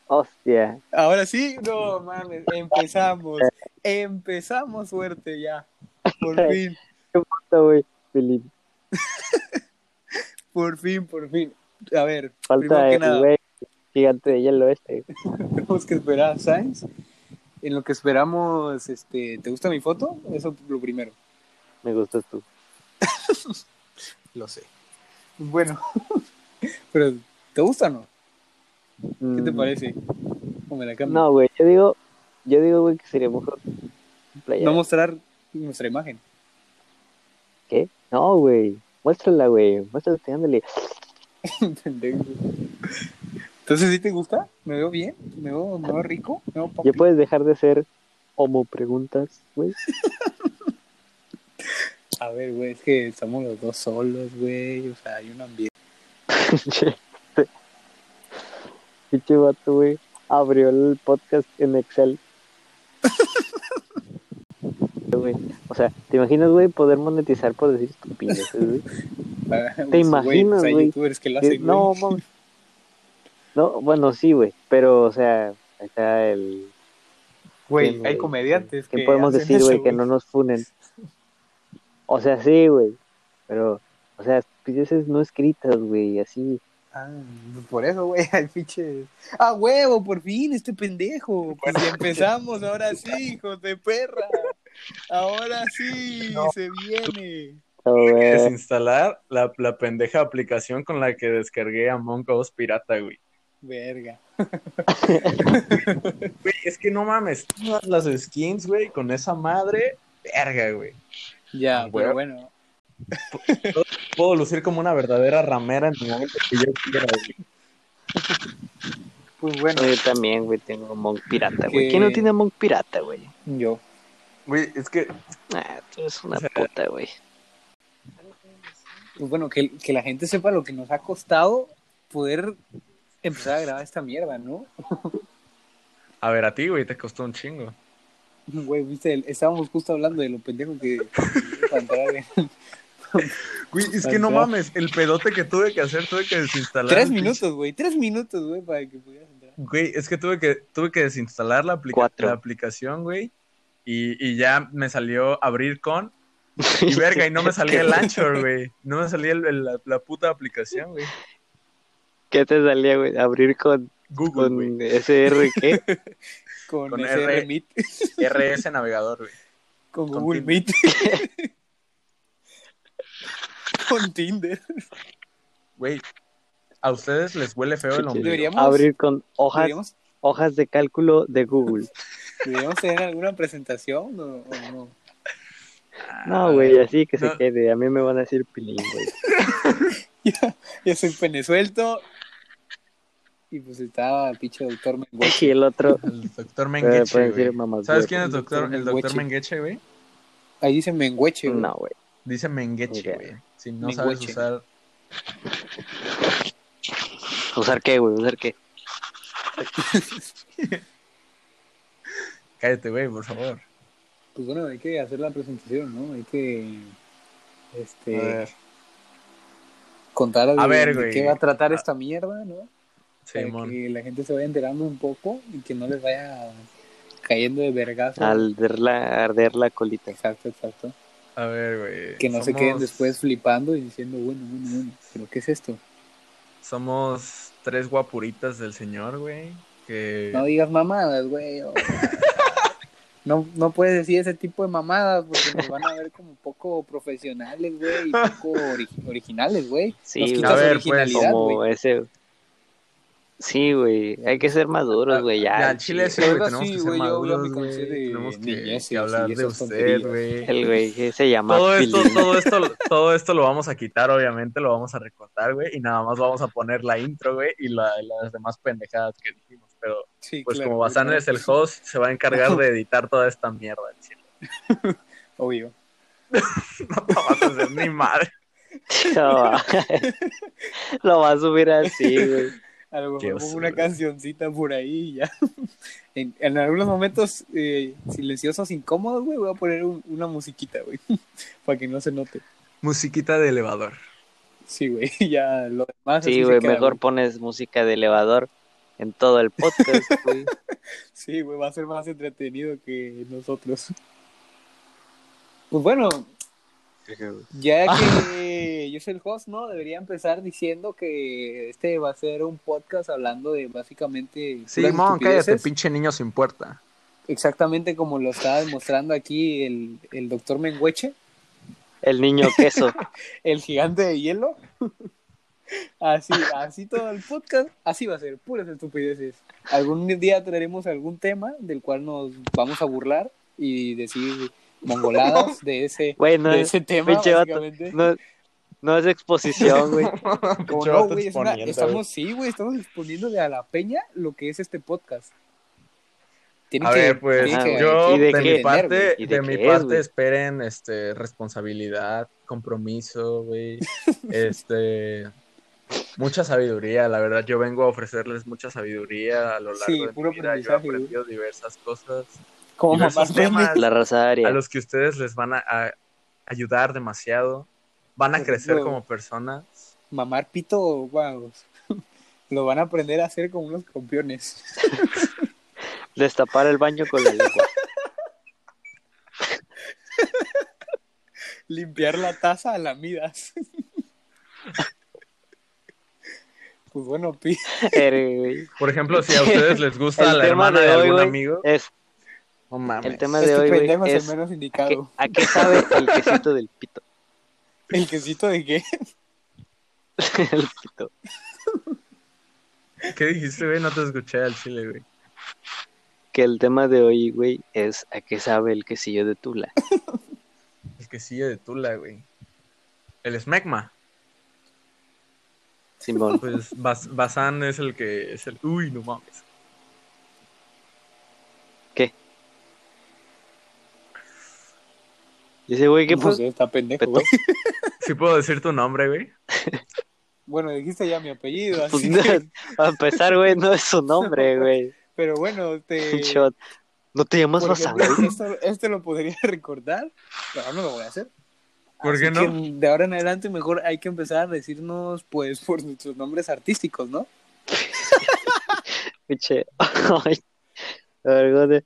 Hostia. Ahora sí, no mames, empezamos fuerte ya, por fin, ¿Qué pasa, güey? Felipe. por fin. A ver, primero Falta que el nada, güey gigante de hielo este. tenemos que esperar a Sainz. En lo que esperamos, ¿te gusta mi foto? Eso lo primero. Me gustas tú. Lo sé. Bueno, pero ¿te gusta o no? ¿Qué te Mm, parece? O me la cambio. no, güey. Yo digo, güey, que sería mejor No playera. mostrar nuestra imagen. ¿Qué? No, güey. Muéstrala, güey. Muéstrala, ándale. Entonces, ¿sí te gusta? ¿Me veo bien? ¿Me veo rico? ¿Me veo Ya papi? puedes dejar de hacer homo preguntas, güey. A ver, güey, es que estamos los dos solos, güey. O sea, hay un ambiente. Pinche vato, güey. Abrió el podcast en Excel, güey. O sea, ¿te imaginas, güey, poder monetizar por decir estupideces, güey? ¿Te Pues, güey, pues imaginas, hay güey? youtubers que lo hacen, güey. No, mames. No, bueno, sí, güey. Pero, o sea, acá el... Güey, ¿Quién, hay güey? comediantes ¿Quién que podemos hacen decir, eso, güey, que güey. no nos funen? O sea, sí, güey. Pero, o sea, estupideces no escritas, güey, así. Ah, por eso, güey, hay fiches. ¡Ah, huevo, por fin, este pendejo! Pues ya empezamos, ahora sí, hijos de perra. Ahora sí, No, se viene. Güey. desinstalar la pendeja aplicación con la que descargué Among Us pirata, güey. Verga. Güey, es que no mames, todas las skins, güey, con esa madre, verga, güey. Ya, Güey, pero bueno. puedo lucir como una verdadera ramera en el momento que yo quiera, güey. Pues bueno, Yo también, güey, tengo Monk pirata, güey. ¿Quién no que tiene Monk pirata, güey? yo. Güey, es que, Ah, tú eres una o sea, puta, güey. Pues bueno, que la gente sepa lo que nos ha costado poder empezar a grabar esta mierda, ¿no? a ver, a ti, güey, te costó un chingo. Güey, viste, estábamos justo hablando de lo pendejo que para entrar en- Güey, es para que no entrar. mames, el pedote que tuve que hacer, tuve que desinstalar 3 minutos, güey, 3 minutos, güey, para que pudieras entrar. Güey, es que tuve que desinstalar la 4. aplicación, güey, y ya me salió abrir con, y verga, y no me salía el Anchor, güey, no me salía la puta aplicación, güey. ¿Qué te salía, güey? Abrir Google, güey, con SR, ¿qué? Con con SR Meet, RS Navegador, güey, con con Google Tinder. Meet, con Tinder. Güey, ¿a ustedes les huele feo el ombligo? Deberíamos, Abrir con deberíamos, hojas de cálculo de Google. deberíamos tener alguna presentación o no. No, güey, así que se No, quede. A mí me van a decir pilín, güey. Ya soy pene suelto. Y pues estaba pinche doctor Y Mengueche. el otro, el doctor pueden Mengeche, decir güey. mamás ¿Sabes quién es huevos. el doctor Mengeche, güey? Ahí dice Mengueche, güey. No, güey. Dice Ni Mengeche, idea. güey. Si no sabes Mengueche. usar... ¿Usar qué, güey? ¿Usar qué? Cállate, güey, por favor. Pues bueno, hay que hacer la presentación, ¿no? Hay que A ver. contar A ver, de qué va a güey. tratar esta mierda, ¿no? Para Simón. que la gente se vaya enterando un poco y que no les vaya cayendo de vergazo. Arder la colita. Exacto. A ver, güey. Que no se queden después flipando y diciendo, bueno, ¿pero qué es esto? Somos 3 guapuritas del señor, güey. Que... No digas mamadas, güey. No puedes decir ese tipo de mamadas porque nos van a ver como poco profesionales, güey, y poco originales, güey. Sí, Nos güey. quitas A ver, originalidad, Como güey. ese. Sí, güey. Hay que ser maduros, güey. Ya, Ya, al al chile chile, sí, La güey. verdad Tenemos sí, que ser güey, yo ya me maduros, cansé güey. de Tenemos niñeces que y hablar de esas usted, tonterías. güey. el güey que se llama Todo Pilín. todo esto lo vamos a quitar, obviamente. Lo vamos a recortar, güey. Y nada más vamos a poner la intro, güey. Y las demás pendejadas que dijimos. Pero, Sí, pues claro, como güey, Bazán no, es el host, se va a encargar de editar toda esta mierda, al chile. obvio. No te vas a hacer ni madre. Lo va a subir así, güey. A lo mejor Dios, pongo una güey. cancioncita por ahí y ya. En algunos momentos silenciosos, incómodos, güey, voy a poner una musiquita, güey, para que no se note. Musiquita de elevador. Sí, güey, ya lo demás Sí, así se güey. queda, Mejor güey. pones música de elevador en todo el podcast, güey. Sí, güey, va a ser más entretenido que nosotros. Pues bueno, ya que yo soy el host, ¿no? Debería empezar diciendo que este va a ser un podcast hablando de básicamente Sí, puras mon, cállate, estupideces. pinche niño sin puerta. Exactamente como lo estaba demostrando aquí el doctor Mengueche, El niño queso. el gigante de hielo. Así todo el podcast, así va a ser, puras estupideces. Algún día traeremos algún tema del cual nos vamos a burlar y decir mongoladas de ese, Güey, no de es, ese tema, pinche vato, básicamente. no es exposición, güey. Como Pinche no, vato güey, exponiendo, estamos exponiéndole a la peña lo que es este podcast. A ver, pues Ajá, güey. yo ¿Y de de qué? mi parte, ¿Y de de mi qué es, parte güey? esperen responsabilidad, compromiso, güey, mucha sabiduría, la verdad yo vengo a ofrecerles mucha sabiduría a lo largo Sí, de puro mi vida, yo he aprendizaje, güey. aprendido diversas cosas, Como diversos mamás temas La raza a aria. los que ustedes les van a ayudar demasiado, van a Por crecer ejemplo, como personas. mamar pito, wow. Lo van a aprender a hacer como unos campeones. Destapar el baño con la lengua. Limpiar la taza a lamidas. Pues bueno, Güey. Por ejemplo, si a ustedes les gusta El la tema hermana de de hoy, algún güey, amigo, es... no mames. El tema de este hoy, güey, pendejo es el es... menos ¿A indicado. qué sabe el quesito del pito? ¿El quesito de qué? El pito. ¿Qué dijiste, güey? No te escuché al chile, güey. Que el tema de hoy, güey, es ¿a qué sabe el quesillo de Tula? El quesillo de Tula, güey. El esmegma. Simón. Pues Bazán es el que es el. Uy, no mames. ¿Qué? Dice, güey, ¿qué No pues? sé, está pendejo, ¿Peto? güey. ¿Sí puedo decir tu nombre, güey? Bueno, dijiste ya mi apellido, Pues así no, que... a empezar, güey, no es su nombre, güey. Pero bueno, Shot. ¿No te llamas por Bazán, ejemplo, güey? esto lo podría recordar, pero no lo voy a hacer. ¿Por Así qué no? que de ahora en adelante mejor hay que empezar a decirnos, pues, por nuestros nombres artísticos, ¿no? Pinche. Ay, a ver, ¿dónde?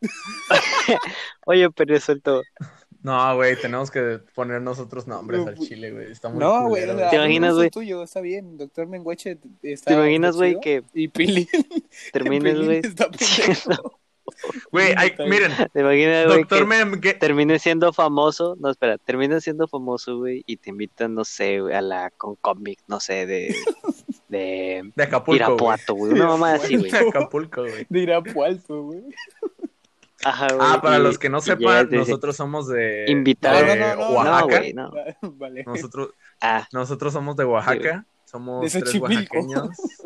Oye, pero suelto. No, güey, tenemos que poner nosotros nombres al chile, güey. Está muy No, güey, culero, o sea, ¿Te a mí me imaginas, gusta el güey? tuyo, está bien. Doctor Mengueche ¿Te está imaginas, güey, chido, que y Pilín, termines, Pilín güey? está pendejo. Güey, Está bien. miren, ¿Te imaginas, güey, doctor que termines siendo famoso? No, espera, terminas siendo famoso, güey, y te invitan, no sé, güey, a la con cómic, no sé, de de Acapulco, güey. Irapuato, güey, una mamá así, güey. De Acapulco, güey. De Irapuato, güey. Ajá, güey. Para los que no y ya sepan, te dice, nosotros somos de invitado. No, Oaxaca. güey, no. Vale. Nosotros somos de Oaxaca. Somos De tres Xochimilco. oaxaqueños.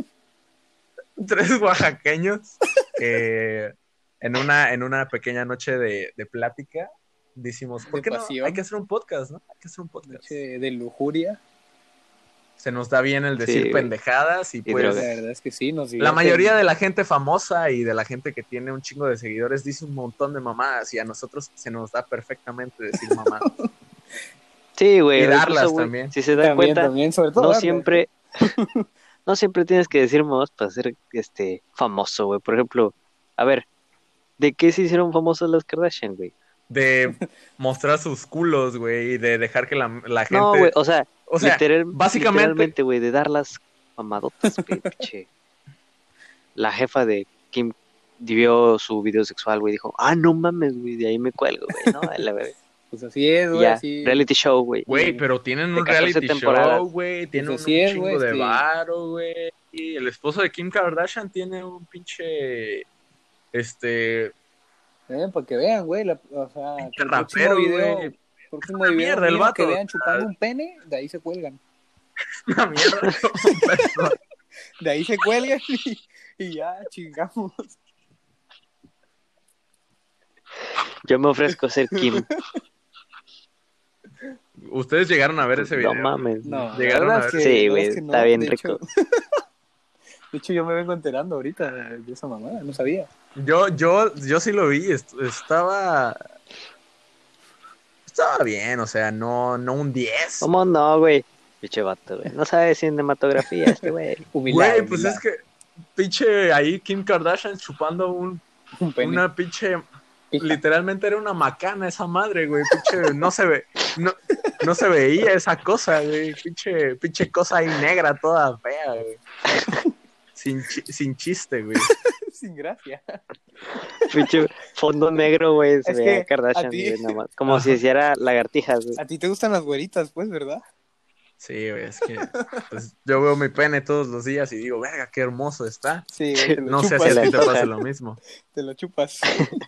Tres oaxaqueños que en una pequeña noche de plática decimos, ¿por De qué no? pasión. Hay que hacer un podcast, ¿no? Hay que hacer un podcast. Noche de lujuria. Se nos da bien el decir Sí, güey. pendejadas y pues La drogas. verdad es que sí, nos la divierte. mayoría de la gente famosa y de la gente que tiene un chingo de seguidores dice un montón de mamadas y a nosotros se nos da perfectamente decir mamadas. Sí, güey. Y darlas incluso, güey, también. Si se dan cuenta, También, sobre todo no darlas. siempre, no siempre tienes que decir mamadas para ser famoso, güey. Por ejemplo, a ver, ¿de qué se hicieron famosas las Kardashian, güey? De mostrar sus culos, güey, y de dejar que la gente... No, güey, o sea, básicamente... literalmente, güey, de dar las mamadotas, güey, pinche. La jefa de Kim vio su video sexual, güey, dijo, no mames, güey, de ahí me cuelgo, güey, ¿no? A la verga. Pues así es, güey. Ya, Así... reality show, güey. Güey, pero tienen de un 14 reality temporadas. show, güey, tienen Pues un así es, chingo güey, de sí. varo, güey. Y el esposo de Kim Kardashian tiene un pinche... Para que vean, güey. O sea, Pinche el rapero, video, güey. próximo Una video mierda el mío vato. que vean chupando un pene, de ahí se cuelgan. una mierda. De ahí se cuelgan y ya chingamos. Yo me ofrezco a ser Kim. Ustedes llegaron a ver ese video. No mames. No, la Llegaron verdad a es ver. que, Sí, la verdad güey, es que no. está bien De rico. De hecho, yo me vengo enterando ahorita de esa mamada, no sabía. Yo sí lo vi, estaba bien, o sea, no un 10. ¿Cómo no, güey? Pinche vato, güey. No sabe cinematografía este güey. Humildad, Güey, pues humildad. es que pinche ahí Kim Kardashian chupando Un pene. una pinche... Pija. Literalmente era una macana esa madre, güey. Pinche, no se veía esa cosa, güey. Pinche cosa ahí negra, toda fea, güey. Sin chiste, güey. Sin gracia. Pinche fondo negro, güey, se Es veía que Kardashian, a ti- güey, nada más. Como si hiciera lagartijas, güey. A ti te gustan las güeritas, pues, ¿verdad? Sí, güey, es que pues, yo veo mi pene todos los días y digo, verga, qué hermoso está. Sí, güey, te lo No sé chupas. si a ti te antoja. pasa lo mismo. Te lo chupas.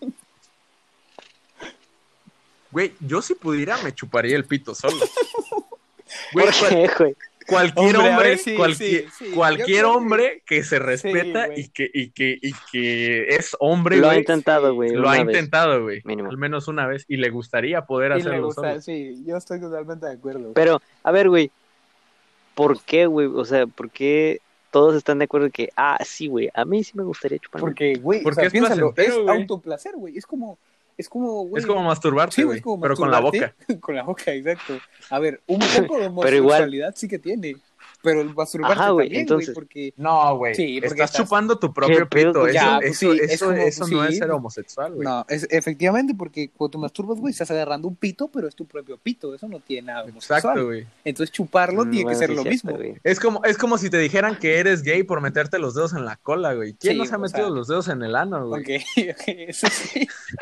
Güey, yo si pudiera me chuparía el pito solo. Güey, ¿Por qué, güey? cualquier Hombre, a hombre, ver, sí, sí, cualquier yo creo que- hombre que se respeta güey. y que es hombre, Lo ha güey, intentado, güey, lo una ha vez, intentado, güey. mínimo. Al menos una vez. Y le gustaría poder Y le hacerlo gusta, solo. sí, yo estoy totalmente de acuerdo. güey. Pero, a ver, güey, ¿por qué, güey? O sea, ¿por qué todos están de acuerdo que, sí, güey, a mí sí me gustaría chupar? Porque, güey, Porque o sea, es piénsalo, es placentero, güey. autoplacer, güey. Es como, güey. Es como masturbarte, Sí, güey, es como pero con la boca. masturbarte con la boca, exacto. A ver, un poco de Pero igual- homosexualidad sí que tiene. Pero el masturbarse Ajá, güey, también, entonces- güey, porque... No, güey. Sí, porque estás estás- chupando tu propio ¿Qué pedo pito. con- Eso, Ya, pues eso, sí, es eso, como- eso no sí. es ser homosexual, güey. No, es efectivamente porque cuando te masturbas, güey, estás agarrando un pito, pero es tu propio pito. Eso no tiene nada de homosexual. Exacto, güey. Entonces chuparlo tiene Bueno, que ser sí, lo cierto, mismo. güey. Es como si te dijeran que eres gay por meterte los dedos en la cola, güey. ¿Quién Sí, no se ha o metido sea- los dedos en el ano, güey? Ok, eso sí.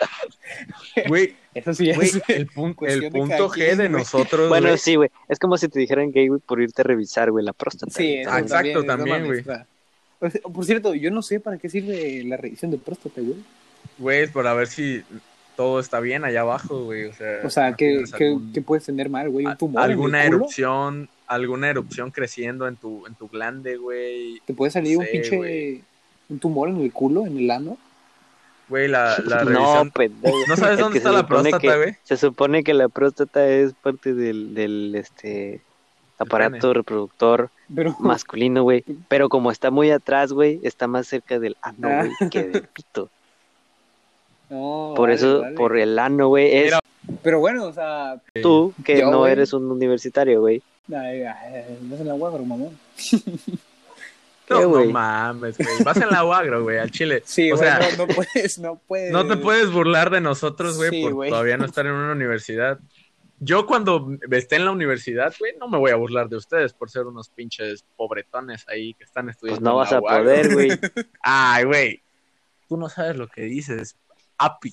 Güey, Eso sí güey, es. el cuestión de punto cada G quien, de güey. nosotros, Bueno, güey. sí, güey. Es como si te dijeran gay, güey, por irte a revisar, güey, la próstata. Sí, güey. eso Ah, exacto, no también, mames, güey. o sea. O sea, por cierto, yo no sé para qué sirve la revisión de próstata, güey. Güey, es para ver si todo está bien allá abajo, güey. O sea, no ¿qué tienes qué puedes tener mal, güey? ¿Un tumor alguna en el culo? alguna erupción creciendo en tu glande, güey. ¿Te puede salir No un sé, pinche... güey. un tumor en el culo, en el ano? Güey, la No, revisión. pendejo. ¿No sabes Es dónde que está se la supone próstata, que- güey? Se supone que la próstata es parte del aparato reproductor Pero... masculino, güey. Pero como está muy atrás, güey, está más cerca del ano, Ah. güey, que del pito. No, Por vale, eso, vale. por el ano, güey, es Mira. Pero bueno, o sea... tú que yo, no güey. eres un universitario, güey. No es en la guagua, mamón. ¿Qué, No, no güey? mames, güey. Vas en la UAGRO, güey, al chile. Sí, o güey, sea, no puedes, no puedes. no te puedes burlar de nosotros, güey, Sí, por güey. todavía no estar en una universidad. Yo cuando esté en la universidad, güey, no me voy a burlar de ustedes por ser unos pinches pobretones ahí que están estudiando. Pues no en vas la a UAGRO. poder, güey. Ay, güey. Tú no sabes lo que dices. Api.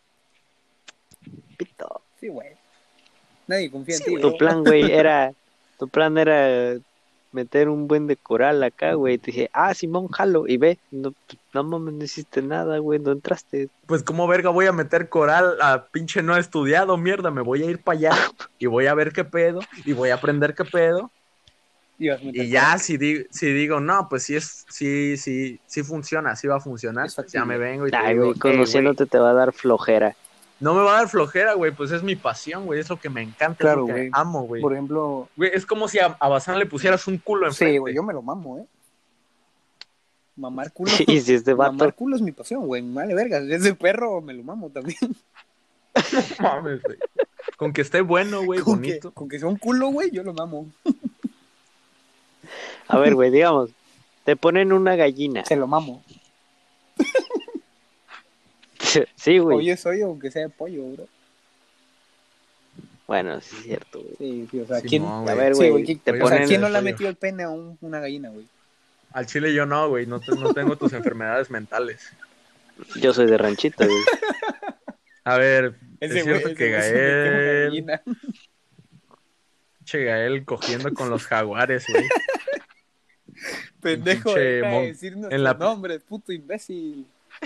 Pito. Sí, güey. Nadie confía en Sí, ti, güey. bro. Tu plan era meter un buen de coral acá, güey. Te dije, Simón, jalo. Y ve, no mames, no hiciste nada, güey, no entraste. Pues cómo verga voy a meter coral a pinche no estudiado, mierda. Me voy a ir para allá y voy a ver qué pedo y voy a aprender qué pedo. Y vas a meter Y ya si digo, no, pues sí funciona, sí va a funcionar, Es pues ya me factible. vengo y te Ay, digo, güey, conociéndote te va a dar flojera. no me va a dar flojera, güey, pues es mi pasión, güey, es lo que me encanta, Claro, es lo que güey. amo, güey. Por ejemplo, Güey, es como si a Bazán le pusieras un culo enfrente. sí, güey, yo me lo mamo, Mamar culo. Y si este Mamar vato, culo es mi pasión, güey. Vale, verga. Si es de perro, me lo mamo también. No mames, güey. Con que esté bueno, güey, bonito. Con que sea un culo, güey, yo lo mamo. a ver, güey, digamos, te ponen una gallina. Se lo mamo. Sí, güey. Oye, soy aunque sea de pollo, bro. Bueno, sí es cierto, güey. Sí, sí, o sea, Sí, ¿quién? no, A güey. ver, Sí, güey, güey, te Oye, o sea, ponen... ¿quién no le ha pollo. metido el pene a una gallina, güey? Al chile yo no, güey, no tengo tus enfermedades mentales. Yo soy de ranchito, güey. A ver, Ese es cierto güey, que ese güey se metió una Gael, gallina. che, Gael cogiendo con los jaguares, güey. Pendejo, pinche deja de mon- decir en nuestros la- nombres, puto imbécil.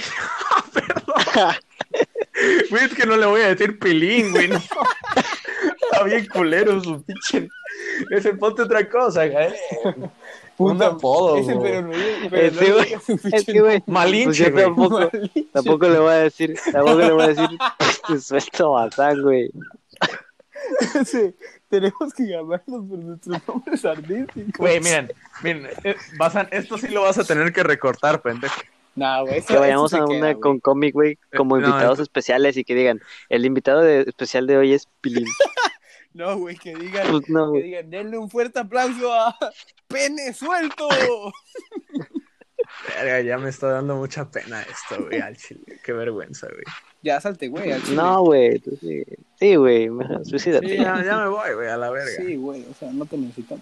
Güey, es que no le voy a decir pilín, güey, no. Está bien culero su pinche. Ese ponte otra cosa, Gael. Un Puta, apodo, ese, güey. pero no digas- Es pero no que, güey, digas su Es pinche que, güey, Malinche, pues yo güey. nombre. tampoco le voy a decir, te suelto Bazán, güey. Sí, tenemos que llamarnos por nuestros nombres artísticos. Güey, miren, esto sí lo vas a tener que recortar, pendejo. Nah, güey, Que vayamos eso a se una queda, con güey. cómic, güey, como No, invitados esto- especiales y que digan, el invitado especial de hoy es Pilín. No, güey, que digan, Pues no, que güey. digan, denle un fuerte aplauso a Pene Suelto. Verga, ya me está dando mucha pena esto, güey, al chile. Qué vergüenza, güey. Ya salte, güey, al chile. No, güey, tú sí. Sí, güey, mejor suicídate. Sí, ya me voy, güey, a la verga. Sí, güey, o sea, no te necesitamos.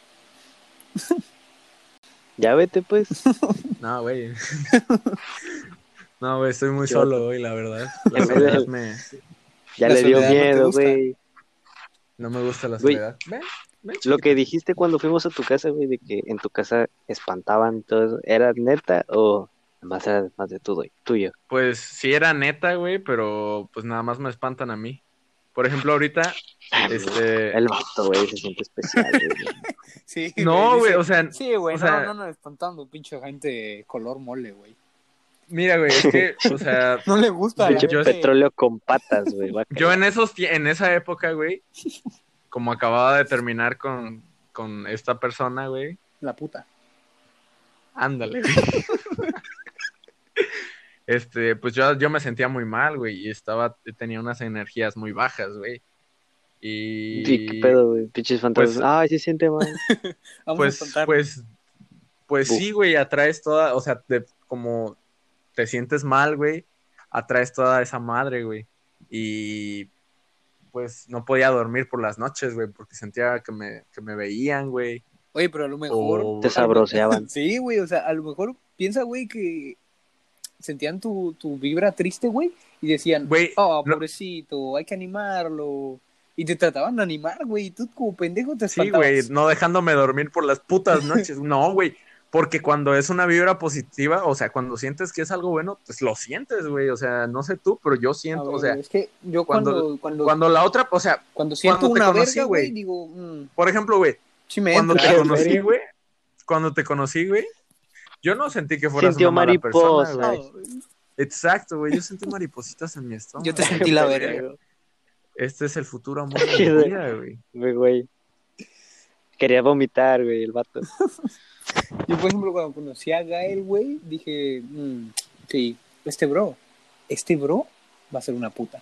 Ya vete, pues. No, güey. No, güey, estoy muy Yo- solo hoy, la verdad. La En vez de- soledad Ya La le dio soledad no te miedo, gusta. güey. no me gusta la Güey, soledad. Ven, Lo chiquita. que dijiste cuando fuimos a tu casa, güey, de que en tu casa espantaban todo eso, ¿era neta o más era más de tuyo? Pues sí era neta, güey, pero pues nada más me espantan a mí. Por ejemplo, ahorita, El vato, güey, se siente especial, güey. Sí, No, güey, dice, o sea, sí, güey, o sea- no, espantando, pinche gente color mole, güey. mira, güey, es que, o sea, No le gusta a la Pinche yo- gente. petróleo con patas, güey. yo en esa época, güey, como acababa de terminar con esta persona, güey, La puta. ándale, güey. Pues yo me sentía muy mal, güey, y tenía unas energías muy bajas, güey. ¿Y qué pedo, güey? Pinches fantasmas. pues- Ay, se siente mal. Vamos a Pues, espantar. pues Uf. sí, güey, atraes toda, o sea, como te sientes mal, güey, atraes toda esa madre, güey. Y pues no podía dormir por las noches, güey, porque sentía que me veían, güey. Oye, pero a lo mejor. O- Te sabroseaban. Sí, güey, o sea, a lo mejor piensa, güey, que sentían tu vibra triste, güey, y decían, Güey, oh, no- pobrecito, hay que animarlo. Y te trataban de animar, güey, y tú como pendejo te Sí, güey, espantabas. no dejándome dormir por las putas noches. No, güey, porque cuando es una vibra positiva, o sea, cuando sientes que es algo bueno, pues lo sientes, güey. O sea, no sé tú, pero yo A siento, ver, o sea, es que yo cuando cuando la otra, o sea, siento cuando te una conocí, verga, güey, güey. digo, por ejemplo, güey, sí me cuando entra. te ¿En conocí, serio? güey, yo no sentí que fueras Sintió una mala persona, mariposas. güey. Exacto, güey, yo sentí maripositas en mi estómago. Yo te sentí la verga. Verga, Este es el futuro amor de mi vida, güey. güey. Quería vomitar, güey, el vato. Yo, por ejemplo, cuando conocí a Gael, güey, dije, sí, este bro va a ser una puta.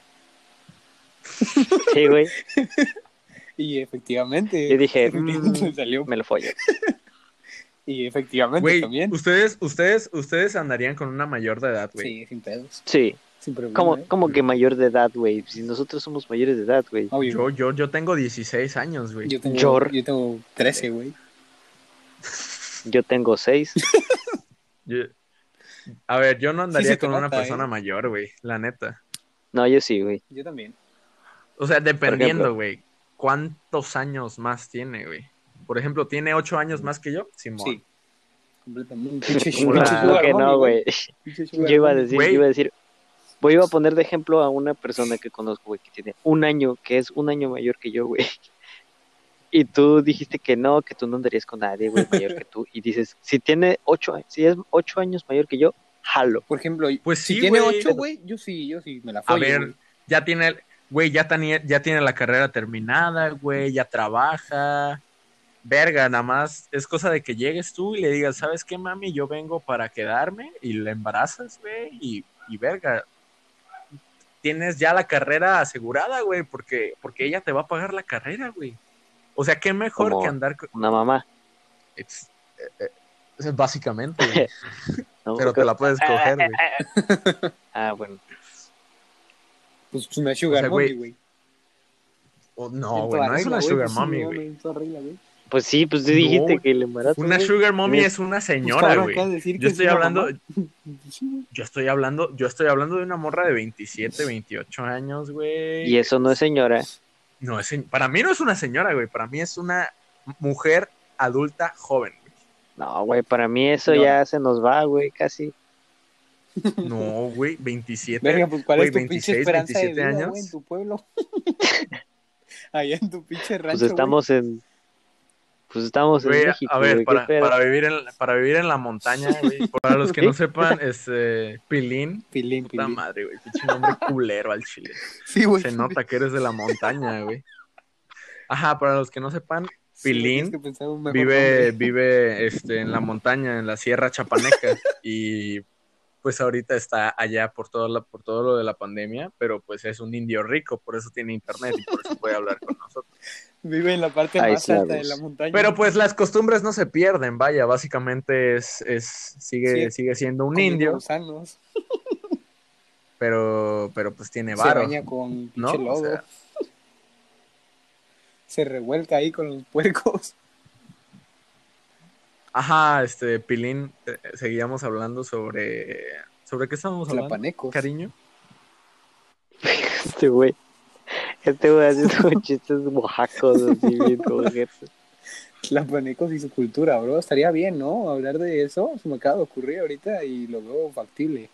Sí, güey. Y efectivamente. Yo dije, efectivamente salió. me lo follo. Y efectivamente Güey, también. ustedes andarían con una mayor de edad, güey. Sí, sin pedos. Sí. Sin problema. ¿Cómo que mayor de edad, güey? Si nosotros somos mayores de edad, güey. Obvio. Yo tengo 16 años, güey. Yo tengo, Yor. yo tengo 13, güey. Yo tengo 6. A ver, yo no andaría se te con una nota, persona mayor, güey, la neta. No, yo sí, güey. Yo también. O sea, dependiendo, ejemplo. güey, cuántos años más tiene, güey. Por ejemplo, ¿tiene 8 años más que yo? Simón. Sí. Completamente. Pinche Como pinche la- sugar que mommy, no, güey. Pinche sugar Yo iba a mommy. decir, Güey. yo iba a decir, voy a poner de ejemplo a una persona que conozco, güey, que tiene un año, que es un año mayor que yo, güey. Y tú dijiste que no, que tú no andarías con nadie, güey, mayor que tú. Y dices, si tiene 8 años, si es 8 años mayor que yo, jalo. Por ejemplo, Pues si sí, tiene güey. 8, güey, yo sí me la A follo, ver, güey. ya tiene, güey, ya tiene la carrera terminada, güey, ya trabaja. Verga, nada más es cosa de que llegues tú y le digas, ¿sabes qué, mami? Yo vengo para quedarme y le embarazas, güey, y verga. Tienes ya la carrera asegurada, güey, porque ella te va a pagar la carrera, güey. O sea, qué mejor Como que andar con... Una mamá. Básicamente, güey. ¿No? Pero te la puedes coger, güey. Ah, bueno. Pues una sugar O sea, mommy, güey, güey. No, En güey, toda no es regla, una güey, sugar pues sí, mommy, no, güey. en toda regla, güey. Pues sí, pues tú No, dijiste que el embarazo. Una güey. sugar mommy Sí. es una Pues señora, ahora güey. acabas de decir Yo que estoy es una hablando, mamá. Sí, güey. yo estoy hablando de una morra de 27, 28 años, güey. Y eso no es señora. No, para mí no es una señora, güey. Para mí es una mujer adulta joven, güey. No, güey, para mí eso No. ya se nos va, güey, casi. No, güey, 27. Verga, pues ¿cuál güey, es tu pinche 26, esperanza de 27 vida, años. güey, en tu pueblo? Allá en tu pinche rancho, Pues estamos en. Pues estamos en Güey, México, a ver, güey. ¿Qué pedo? para vivir en la montaña, güey. Para los que no ¿Sí? sepan, Pilín. güey. Pilín, Puta pilín. madre, güey. Pinche nombre culero al chile. Sí, güey. Se nota que eres de la montaña, güey. Ajá, para los que no sepan, Sí, güey, Pilín tienes que pensar un mejor vive nombre. en la montaña, en la Sierra Chapaneca. Y pues ahorita está allá por todo lo de la pandemia, pero pues es un indio rico, por eso tiene internet y por eso puede hablar con nosotros. Vive en la parte más alta de la montaña. Pero pues las costumbres no se pierden, vaya, básicamente sigue siendo un indio. Gusanos. Pero pues tiene varo. Se baña con pinche ¿no? lodo. O sea, se revuelca ahí con los puercos. ajá, Pilín, seguíamos hablando sobre qué estábamos hablando, Tlapanecos. cariño. Este güey haciendo chistes oaxacos así bien cojetes. Tlapanecos y su cultura, bro. Estaría bien, ¿no? Hablar de eso. Se me acaba de ocurrir ahorita y lo veo factible.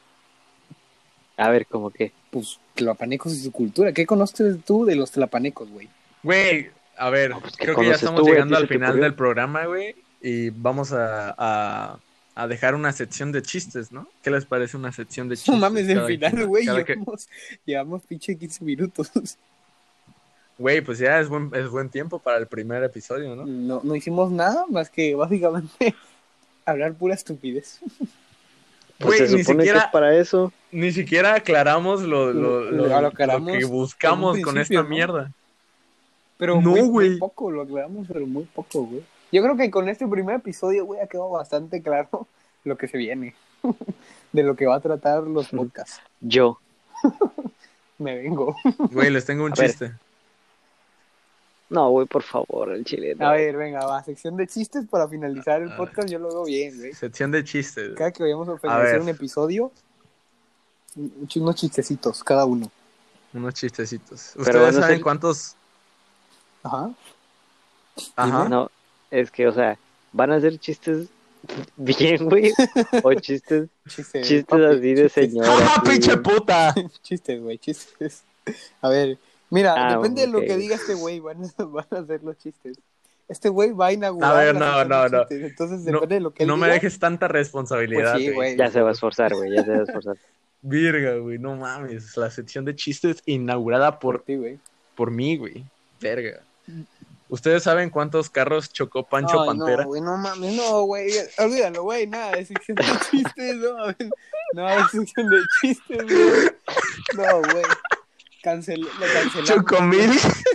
A ver, ¿cómo qué? Pues tlapanecos y su cultura. ¿Qué conoces tú de los tlapanecos, güey? Güey, a ver, No, pues, creo que ya estamos tú, llegando güey, al final del programa, güey, y vamos a dejar una sección de chistes, ¿no? ¿Qué les parece una sección de chistes? No mames, el final, güey, que... llevamos pinche 15 minutos. Güey, pues ya es buen tiempo para el primer episodio, ¿no? No hicimos nada más que básicamente hablar pura estupidez. Pues güey, se supone que es para eso. Ni siquiera aclaramos lo que buscamos con esta mierda. Pero muy poco, lo aclaramos, pero muy poco, güey. Yo creo que con este primer episodio, güey, ha quedado bastante claro lo que se viene. De lo que va a tratar los podcasts. Yo. Me vengo. Güey, les tengo un chiste. No, güey, por favor, el chile. No. A ver, venga, va. Sección de chistes para finalizar el podcast. Yo lo veo bien, güey. Sección de chistes. Cada que vayamos a finalizar un episodio, unos chistecitos, cada uno. Unos chistecitos. Pero ¿Ustedes saben cuántos? Ajá. No, es que, o sea, ¿van a ser chistes bien, güey? O chistes así de señora. ¡Ja, pinche puta! Chistes, güey, chistes. A ver, mira, depende de lo que diga este güey, van a hacer los chistes. Este güey va a inaugurar. A ver, no. Chistes, entonces depende de lo que él diga. No me dejes tanta responsabilidad. Pues sí, güey. Ya se va a esforzar, güey, ya se va a esforzar. Virga, güey, no mames. La sección de chistes inaugurada por ti, güey. Por mí, güey. Verga. ¿Ustedes saben cuántos carros chocó Pancho Pantera? No, güey, no mames, no, güey. Olvídalo, güey, nada de sección de chistes, no. No hay sección de chistes, güey. No, güey. Lo cancelamos. Chocomil.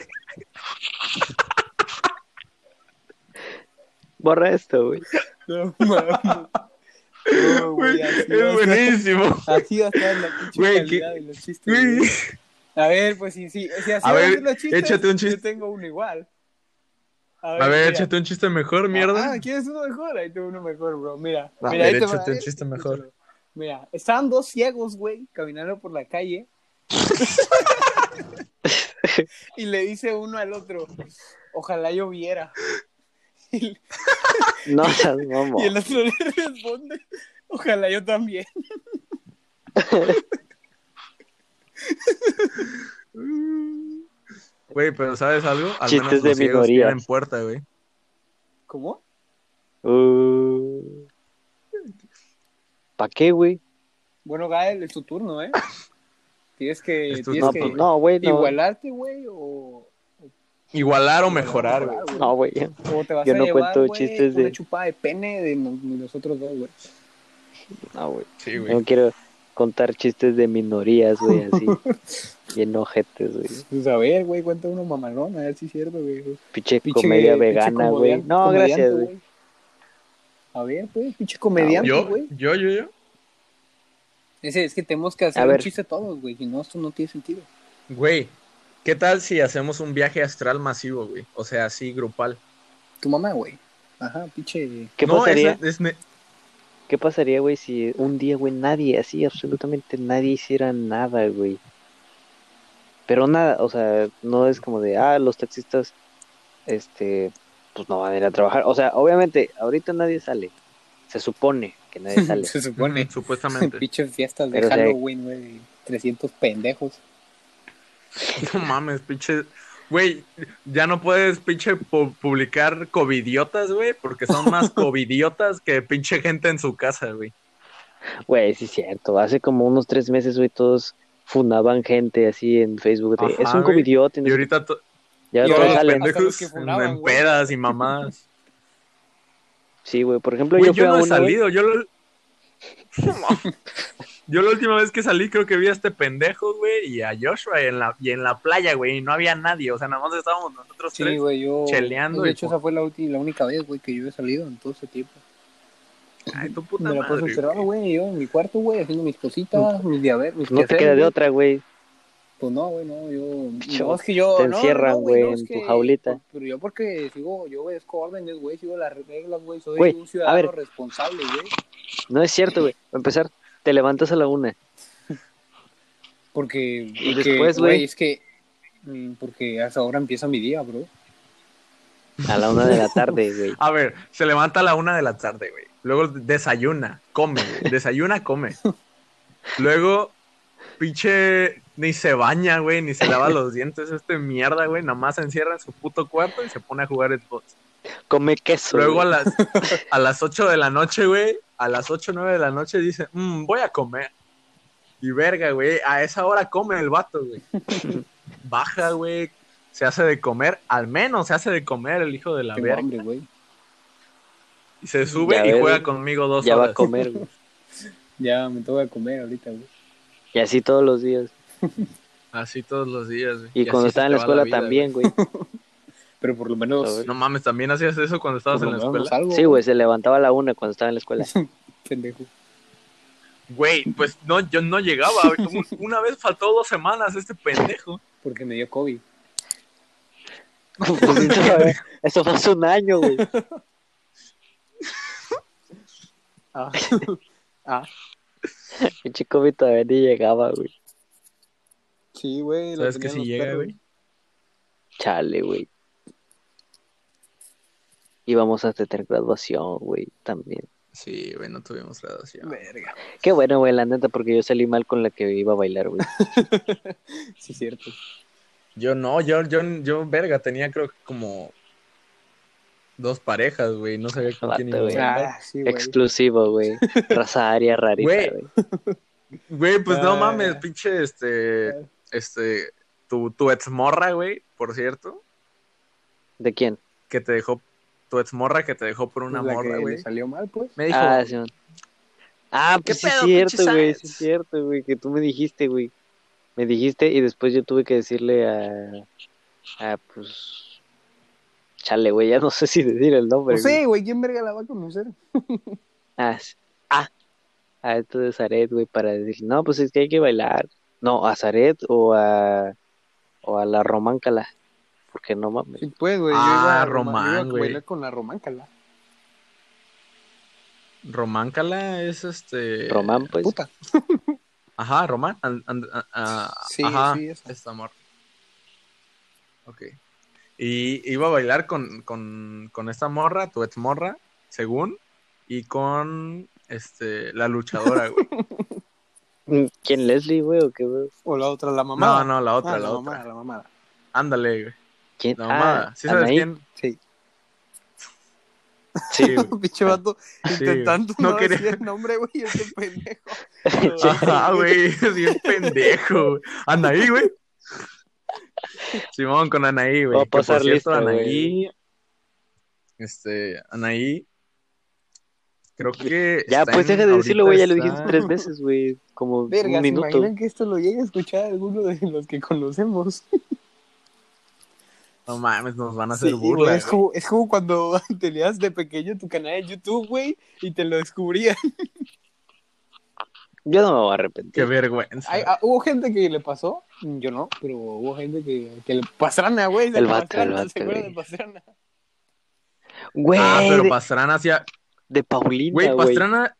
Borra esto, güey. No mames. No, güey, es buenísimo. Así va a estar la pinche calidad de los chistes, güey. A ver, pues si así a ver, los chistes, échate un chiste. yo tengo uno igual. A ver, échate un chiste mejor, mierda. ¿Quieres uno mejor? Ahí tengo uno mejor, bro. Mira, échate un chiste mejor. Mira, estaban dos ciegos, güey, caminando por la calle. Y le dice uno al otro, ojalá lloviera. No seas mamón. Y el otro le responde, ojalá yo también. Güey, pero ¿sabes algo? Al chistes menos los de minoría. tienen puerta, güey. ¿Cómo? ¿Para qué, güey? Bueno, Gael, es tu turno, ¿eh? Tienes que igualarte, güey, o... Igualar o mejorar, güey. No, güey. O te vas yo a no llevar, cuento güey, chistes una chupada de pene de los otros dos, güey. No, güey. Sí, güey. No quiero contar chistes de minorías, güey, así. Bien ojetes, güey. Pues a ver, güey, cuenta uno mamalón, a ver si es cierto, güey. Pinche comedia vegana, güey. No, gracias, güey. A ver, pues, pinche comediante, güey. ¿Yo? Es que tenemos que hacer un chiste todos, güey. Si no, esto no tiene sentido. Güey, ¿qué tal si hacemos un viaje astral masivo, güey? O sea, así, grupal. Tu mamá, güey. Ajá, pinche... ¿Qué pasaría? ¿Qué pasaría, güey, si un día, güey, nadie, así, absolutamente nadie hiciera nada, güey? Pero nada, o sea, no es como de, los taxistas, pues no van a ir a trabajar. O sea, obviamente, ahorita nadie sale. Se supone que nadie sale. Se supone. Supuestamente. Pinches fiestas de Halloween, güey. 300 pendejos. No mames, pinche... Güey, ya no puedes pinche publicar covidiotas, güey, porque son más covidiotas que pinche gente en su casa, güey. Güey, sí es cierto. Hace como unos 3 meses, güey, todos funaban gente así en Facebook. De, es un covidiota. Y ahorita ya todos los salen pendejos en pedas y mamadas. Sí, güey, por ejemplo, güey, yo fui no a he una, salido, Yo la última vez que salí creo que vi a este pendejo, güey, y a Joshua y en la playa, güey, y no había nadie, o sea, nada más estábamos nosotros Sí, tres güey, yo... cheleando. De Y hecho, esa fue la única vez, güey, que yo he salido en todo ese tiempo. ay, tu puta Me la paso madre, encerrado, güey. güey, yo en mi cuarto, güey, haciendo mis cositas, mis diabetes, mis No te quehaceres, queda de güey. otra, güey. Pues no, güey, no, yo... Chos, No, es que yo... te No, encierran, güey, güey, no, es en tu que... jaulita. Pero yo porque yo obedezco órdenes, güey, sigo las reglas, güey, soy Güey, un a ciudadano ver. responsable, güey. No es cierto, güey. Para empezar, te levantas a la 1. Porque después, güey. es que... Porque a esa hora empieza mi día, bro. A la 1 de la tarde, güey. A ver, se levanta a la 1 de la tarde, güey. Luego desayuna, come, güey. Desayuna, come. Luego, pinche, ni se baña, güey, ni se lava los dientes. Mierda, güey. Nada más se encierra en su puto cuarto y se pone a jugar Xbox. Come queso. Luego güey. a las 8 de la noche, güey. A las 8 o 9 de la noche dice, voy a comer. Y verga, güey. A esa hora come el vato, güey. Baja, güey. Se hace de comer. Al menos se hace de comer el hijo de la Tengo verga. hambre, güey. Y se sube Ya y ves, juega conmigo 2 Ya horas. va a comer, güey. Ya me toca comer ahorita, güey. Y así todos los días. Así todos los días, güey. Y cuando así estaba se en la te va escuela vida, también, güey. Pero por lo A menos... ver. No mames, ¿también hacías eso cuando estabas por en lo la menos escuela? algo, Sí, güey, se levantaba a la 1 cuando estaba en la escuela. Pendejo. Güey, pues no, yo no llegaba. Una vez faltó 2 semanas este pendejo. Porque me dio COVID. Pues eso fue hace un año, güey. Ah. El chico Vito todavía ni llegaba, güey. Sí, güey. ¿Sabes que si llega, güey? Chale, güey. Íbamos a tener graduación, güey, también. Sí, güey, no tuvimos graduación. Verga. Qué bueno, güey, la neta, porque yo salí mal con la que iba a bailar, güey. Sí, cierto. Yo no, yo, verga, tenía creo que como 2 parejas, güey. No sabía con quién iba a Vato, güey. bailar. Sí, güey. Exclusivo, güey. Raza aria rarita, Güey. güey. Güey, pues no Ah. mames, pinche, tu exmorra, güey, por cierto, ¿De quién? que te dejó, tu exmorra que te dejó por una La morra, que güey. le salió mal, pues. Me dijo, Ah, sí. ¿Qué Pues sí es pedo, cierto, pinche güey, sí Sáenz? es cierto, güey, que tú me dijiste, güey. Me dijiste y después yo tuve que decirle pues, chale, güey, ya no sé si decir el nombre, No sé, güey, ¿quién verga la va a conocer? Ah, sí. A esto de Zaret, güey, para decir, no, pues es que hay que bailar. No, a Zaret o a la Románcala, porque no mames. Sí, pues, güey. Ah, yo iba a Román, yo iba a güey. bailar con la románcala. Románcala es Román, pues. Puta. Ajá, Román. Sí, ajá, sí, esa. esta morra. Ok. Y iba a bailar con esta morra, tu ex morra, según, y con la luchadora, güey. ¿Quién, Leslie, güey, o qué, güey? O la otra, la mamada. No, la otra, Ah, la mamada, otra. la mamada. Ándale, güey. ¿Quién? La mamada. ¿Sí sabes Anaí. quién? Sí. Sí, güey. Pinche vato intentando No no quería- decir el nombre, güey, ese pendejo. Ajá, güey, es bien pendejo, güey. Anaí, güey. Simón con Anaí, güey. Voy a Que por pasar cierto, lista, Anaí, Anaí, creo que Ya, está pues en- deja de decirlo, güey, ya lo ahorita dijiste está- 3 veces, güey, como Verga, un ¿se minuto. imaginan que esto lo llegue a escuchar alguno de los que conocemos? No mames, nos van a hacer Sí, burla, güey, güey. es como cuando tenías de pequeño tu canal de YouTube, güey, y te lo descubrían. Yo no me voy a Qué arrepentir. vergüenza. Hubo gente que le pasó, yo no, pero hubo gente que le... Pastrana, güey, El vato, Pastrana, ¿se acuerdan güey. de Pastrana? Güey, Pero Pastrana hacía... de Paulina, Güey, güey.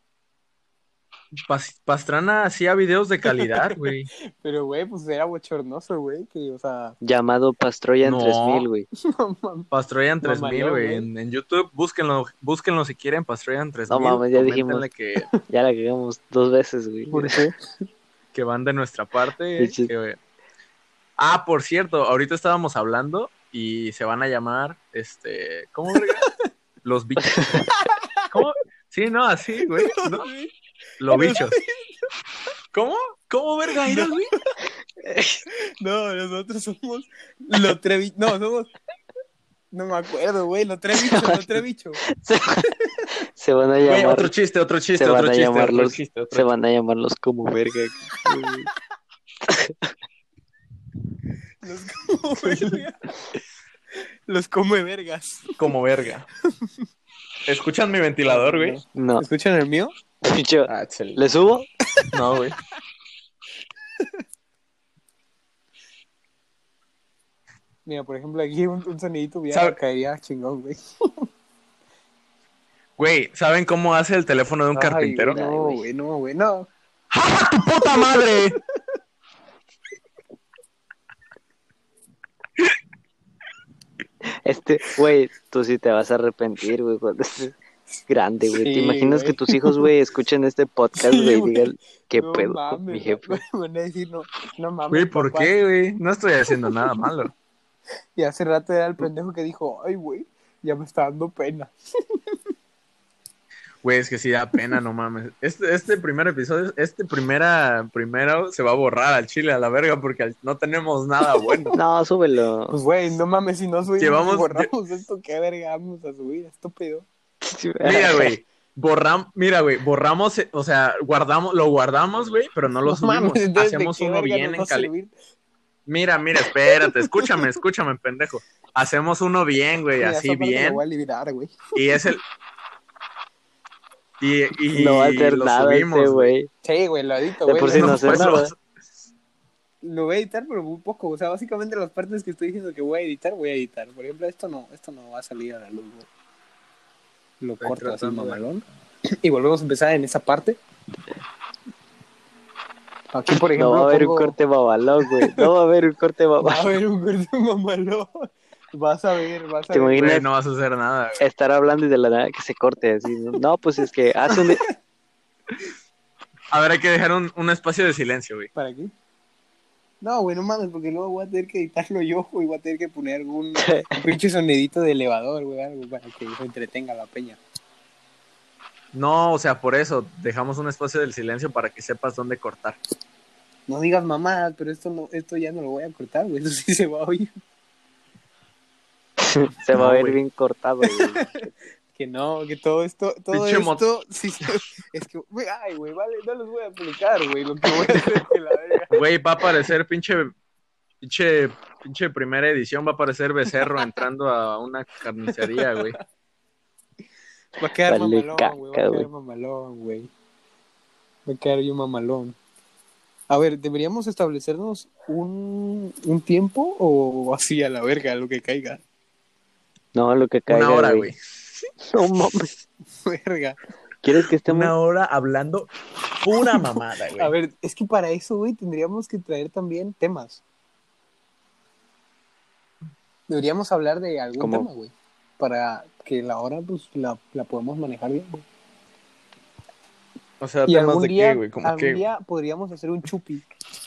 Pastrana hacía videos de calidad, güey. Pero, güey, pues era bochornoso, güey, que, o sea... Llamado Pastroyan No. 3000, güey. no mames. Pastroyan 3000, Mamalón, güey. güey. En YouTube, búsquenlo si quieren, Pastroyan 3000. No mames, ya Coméntenle Ya la cagamos 2 veces, güey. ¿Por qué? que van de nuestra parte. Sí, sí. Por cierto, ahorita estábamos hablando y se van a llamar, ¿cómo, verga? Los bichos. ¿Cómo? Sí, no, así, güey, ¿no? Los bichos. ¿Cómo? ¿Cómo, verga, era, güey? No, nosotros somos los trevichos. No, somos... No me acuerdo, güey, los trevichos, los trevichos. Se van a Güey, llamar, otro chiste, se van a llamar otro los, chiste, otro se van a llamar los como verga. Los come verga. Los come vergas. como verga. ¿Escuchan mi ventilador, güey? No, ¿Escuchan el mío? yo, Ah, excelente. ¿le subo? No, güey. Mira, por ejemplo, aquí un sonidito ya ¿Sabe? caería chingón, güey. Güey, ¿saben cómo hace el teléfono de un carpintero? Ay, no, güey, no, güey, no. ¡Ja, tu puta madre! Güey, tú sí te vas a arrepentir, güey, cuando estés grande, güey. ¿Te Sí, imaginas güey. que tus hijos, güey, escuchen este podcast, Sí, güey, y güey. digan, qué No pedo con mames, mi jefe? me van a decir, no mames, Güey, ¿por papá. qué, güey? No estoy haciendo nada malo. Y hace rato era el pendejo que dijo, ay, güey, ya me está dando pena. Güey, es que sí da pena, no mames. Este primer episodio, primero se va a borrar al chile a la verga porque no tenemos nada bueno. No, súbelo. Pues, güey, no mames, si no subimos Llevamos- y borramos esto, qué verga vamos a subir, estúpido. Mira, güey, borramos, o sea, lo guardamos, güey, pero no lo No subimos. mames, entonces, Hacemos ¿de qué uno verga bien nos en va a calidad. servir? Mira, espérate, escúchame, pendejo. Hacemos uno bien, güey, Mira, así esa parte bien. lo voy a liberar, güey. Y es el. Y No va a hacer lo nada subimos, este, güey. Sí, güey, lo edito, De güey. por lo sí no edito. hace pues, nada. Lo voy a editar, pero muy poco. O sea, básicamente las partes que estoy diciendo que voy a editar, voy a editar. Por ejemplo, esto no va a salir a la luz, güey. Lo Estoy corto así, tratando de- mamalón. Y volvemos a empezar en esa parte. Aquí, por ejemplo, No va a haber un pongo- corte babalón, güey. No va a haber un corte Va a babalón. haber un corte mamalón. Vas a ver. ¿Te imaginas? Güey, no vas a hacer nada, güey. Estar hablando y de la nada que se corte así, ¿no? No, pues es que hace un... A ver, hay que dejar un espacio de silencio, güey. ¿Para qué? No, güey, no mames, porque luego voy a tener que editarlo yo, güey. Voy a tener que poner algún pinche sonidito de elevador, güey, algo para que se entretenga la peña. No, o sea, por eso dejamos un espacio del silencio para que sepas dónde cortar. No digas mamá, pero esto ya no lo voy a cortar, güey. Eso sí se va a oír. Se va No, a ver güey. bien cortado, güey. Que no, que todo esto, Pinche sí, es que, güey, ay, güey, vale, no les voy a explicar, güey, lo que voy a hacer que la verga. Güey, va a aparecer pinche primera edición, va a aparecer Becerro entrando a una carnicería, güey. Va a quedar Vale, mamalón, güey, va a caca, quedar güey. mamalón, güey. Va a quedar bien mamalón. A ver, ¿deberíamos establecernos un tiempo o así a la verga, lo que caiga? No, lo que caiga, Una hora, güey. No mames. Verga. ¿Quieres que estemos? Una hora hablando pura mamada, güey. A ver, es que para eso, güey, tendríamos que traer también temas. Deberíamos hablar de algún ¿Cómo? tema, güey. Para que la hora, pues, la podemos manejar bien, güey. O sea, Y temas algún de día, qué, güey, como algún qué. día podríamos hacer un chupi.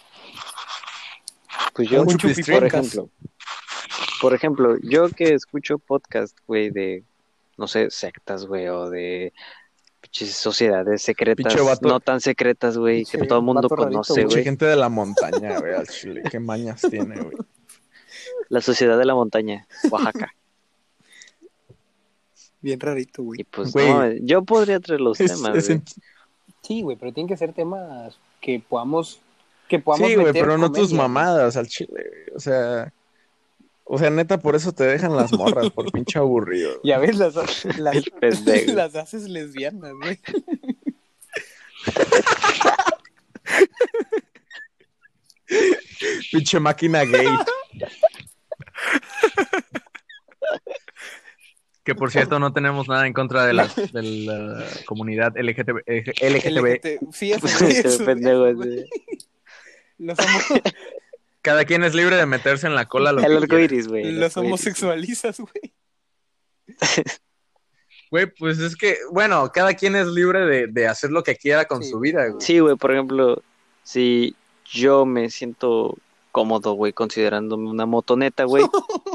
Pues yo, Un por chupipodcast. ejemplo, yo que escucho podcast, güey, de, no sé, sectas, güey, o de pinches sociedades secretas, Pinche vato. no tan secretas, güey, que Pinche todo el mundo vato rarito, conoce, güey. Mucha güey. gente de la montaña, güey, al chile. ¿Qué mañas tiene, güey? La sociedad de la montaña, Oaxaca. Bien rarito, Y güey. pues, Güey. no, yo podría traer los temas, Es güey. Sí, güey, pero tienen que ser temas que podamos Sí, güey, meter pero no tus comedia, güey. mamadas al chile, güey. O sea, neta, por eso te dejan las morras, por pinche aburrido. Ya ves, El pendejo. las haces lesbianas, güey. Pinche máquina gay. Que por cierto, no tenemos nada en contra de la comunidad LGTB. Sí, eso, Este eso, pendejo, eso, güey. ese. Los, homo- Cada quien es libre de meterse en la cola lo El que arco quiera. iris, güey. el los arco iris. homosexualizas, güey. Güey, pues es que, bueno, cada quien es libre de hacer lo que quiera con Sí, su vida, güey. Sí, güey, por ejemplo, si yo me siento cómodo, güey, considerándome una motoneta, güey.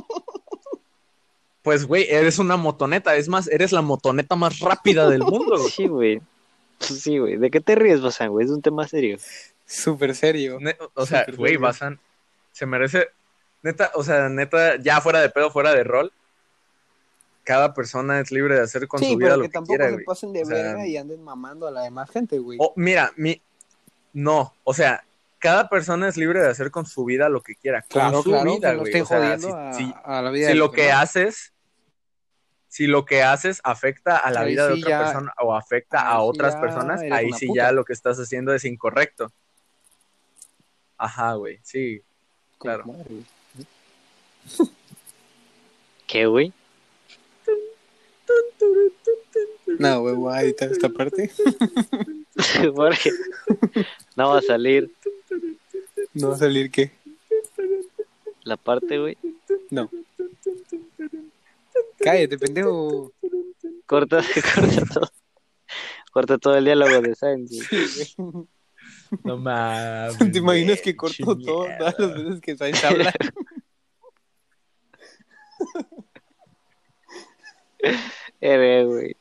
Pues, güey, eres una motoneta. Es más, eres la motoneta más rápida del mundo, güey. Sí, güey. Sí, güey. ¿De qué te ríes, Bazán, güey? Es un tema serio. Súper serio. O sea, Súper güey, serio. Bazán se merece, neta, o sea, neta, ya fuera de pedo, fuera de rol, cada persona es libre de hacer con Sí, su vida pero lo que que tampoco quiera, se güey. pasen de O sea, verga y anden mamando a la demás gente, güey. Mira, no, o sea, cada persona es libre de hacer con su vida lo que quiera, con Claro, su claro, vida, que no güey. estén O sea, jodiendo a la vida si de los lo que demás. haces, si lo que haces afecta a la Ahí vida de sí otra ya, persona o afecta a ahí sí otras ya personas, eres ahí una sí puta. ya lo que estás haciendo es incorrecto. Ajá, güey, sí, Con claro. tu madre, güey. ¿Qué, güey? No, güey, voy a editar esta parte. Porque no va a salir ¿No va a salir qué? la parte, güey. No. Cállate, pendejo. Corta, corta todo. Corta todo el diálogo de Sainz, güey. Sí, güey. No mames. ¿Te imaginas que pinche corto todo mierda. todas las veces que Sainz habla? Güey.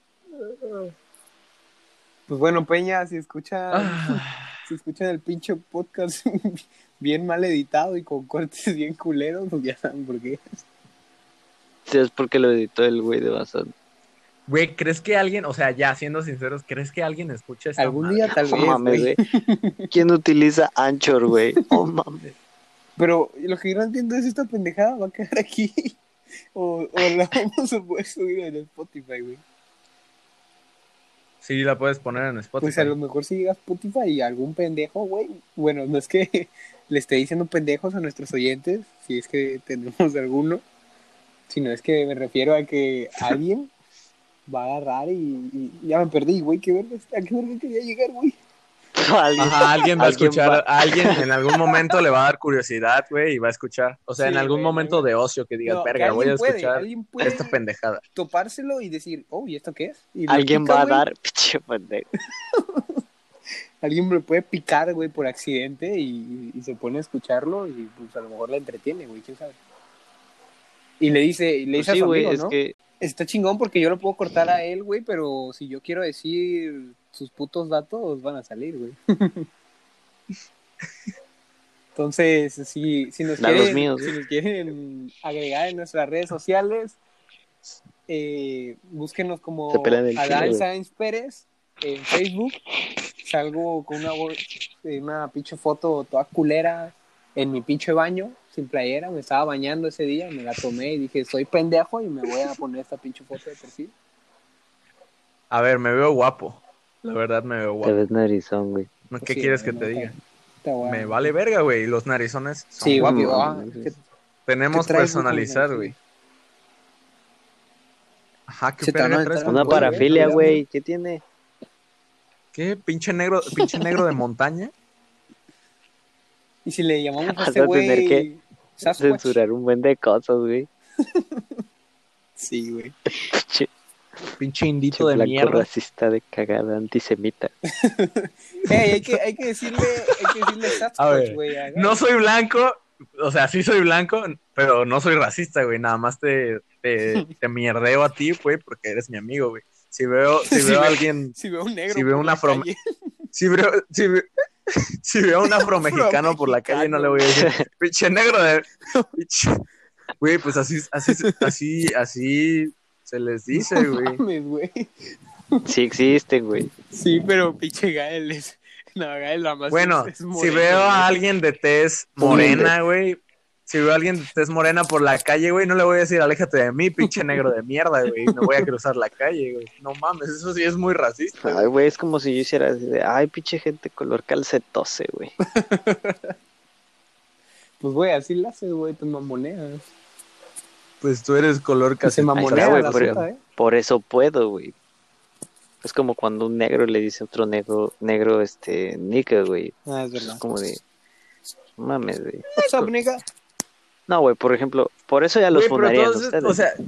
Pues bueno, Peña, si escuchan el pinche podcast bien mal editado y con cortes bien culeros, pues ya saben por qué. Sí, es porque lo editó el güey de Bazán. Güey, ¿crees que alguien, o sea, ya siendo sinceros, ¿crees que alguien escucha esta Algún madre? día tal No vez, mames, güey. güey. ¿Quién utiliza Anchor, güey? Oh, mames. Pero lo que yo no entiendo es esta pendejada va a quedar aquí o la vamos a poder subir en Spotify, güey. Sí, la puedes poner en Spotify. Pues a lo mejor si llega a Spotify y algún pendejo, güey. Bueno, no es que le esté diciendo pendejos a nuestros oyentes, si es que tenemos alguno, sino es que me refiero a que alguien va a agarrar y ya me perdí, güey. ¿A qué verga quería llegar, güey? Ajá, alguien va a escuchar, va- alguien en algún momento le va a dar curiosidad, güey, y va a escuchar. O sea, Sí, en algún güey, momento de ocio que digas, No, que verga, voy a escuchar alguien puede esta pendejada. topárselo y decir, oh, ¿y esto qué es? Y le Alguien pica, va a güey. dar, pinche pendejo. Alguien me puede picar, güey, por accidente y se pone a escucharlo y pues a lo mejor le entretiene, güey, quién sabe. Y le dice Pues a sí, su güey, amigo, es ¿no? que Está chingón porque yo lo puedo cortar a él, güey, pero si yo quiero decir sus putos datos, van a salir, güey. Entonces, si nos da los míos, si güey. nos quieren agregar en nuestras redes sociales, búsquenos como Se pelean el chile, Adán güey. Sáenz Pérez en Facebook. Salgo con una pinche foto toda culera en mi pinche baño, sin playera. Me estaba bañando ese día, me la tomé y dije, soy pendejo y me voy a poner esta pinche foto de perfil. A ver, me veo guapo. La verdad me veo Te guapo. ves narizón, güey. ¿Qué Pues sí, quieres güey, que te no, diga? está guay. Me vale verga, güey. Los narizones son Sí, guapi, No, ah, no, ¿qué- Tenemos ¿qué traes, personalizar, güey? güey. Ajá, ¿qué Se te van a verga traes aventar con Una Güey, todo, parafilia, güey. güey. ¿Qué tiene? ¿Qué? ¿Pinche negro de montaña? Y si le llamamos a Vas este a tener que güey Sasquatch. censurar un buen de cosas, güey. Sí, güey. Pinche Pinche indito de blanco mierda. racista de cagada antisemita. Hay que decirle A Sasquatch, ver, güey. no soy blanco, o sea, sí soy blanco, pero no soy racista, güey. Nada más te mierdeo a ti, güey, porque eres mi amigo, güey. Si veo a alguien, Si veo un negro si veo por un la afro, calle. si veo un afromexicano por la calle, no le voy a decir, pinche negro de, güey, pues así se les dice, No güey. mames, güey. Sí existen, güey. Sí, pero pinche Gael es... No, Gael nada más Bueno, es si moreno, veo güey. a alguien de tez morena, güey. Si veo a alguien de tez morena por la calle, güey, no le voy a decir, aléjate de mí, pinche negro de mierda, güey. Me voy a cruzar la calle, güey. No mames, eso sí es muy racista, Ay, güey. güey, es como si yo hiciera así de, ay, pinche gente color calcetose, güey. Pues, güey, así lo haces, güey, te mamoneas. Pues tú eres color Que se casi. mamonea güey, la pero- puta, Por eso puedo, güey. Es como cuando un negro le dice a otro negro, nigga, güey. Ah, es Es verdad. como de, mames, güey. What's up, nigga? No, güey, por ejemplo, por eso ya los Güey, pero fundarían todos, ustedes. o sea,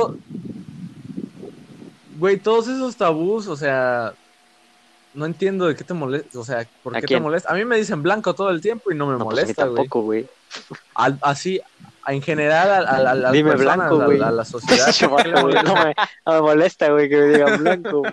güey, todos esos tabús, o sea, no entiendo de qué te molesta, o sea, ¿por ¿A qué te quién? molesta? A mí me dicen blanco todo el tiempo y no me no, pues a mí molesta, güey. tampoco, güey. Así, en general, a las Dime personas, blanco, güey. a la sociedad. Pinche ¿qué le vato, güey, molesta? no me molesta, güey, que me digan blanco.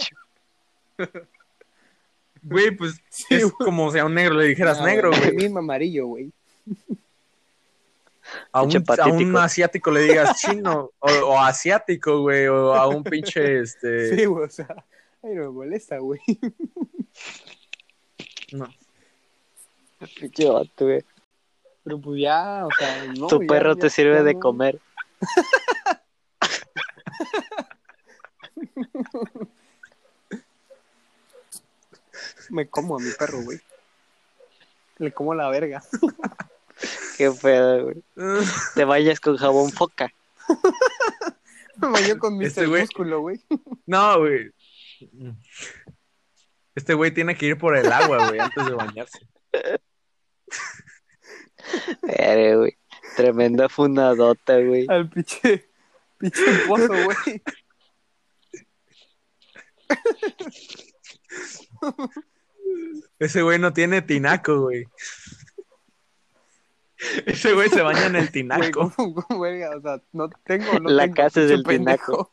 Güey, pues Sí, es güey. como si a un negro le dijeras No, negro, güey, güey. mismo amarillo, güey. a Pinche un patético. asiático le digas chino o asiático, güey, o a un pinche, Sí, güey, o sea, ay, no me molesta, güey. No. Pinche vato, güey. Pero pues ya, o sea, no, Tu perro te sirve ya de no. comer. Me como a mi perro, güey. Le como la verga. Qué pedo, güey. Te vayas con jabón foca. Me baño con Mr. Este güey- Músculo, güey. No, güey. Este güey tiene que ir por el agua, güey, antes de bañarse. Güey. Tremenda funadota, güey. Al pinche pozo, güey. Ese güey no tiene tinaco, güey. Ese güey se baña en el Güey, tinaco. ¿cómo, verga? O sea, no tengo, no La tengo. casa es pinche del tinaco.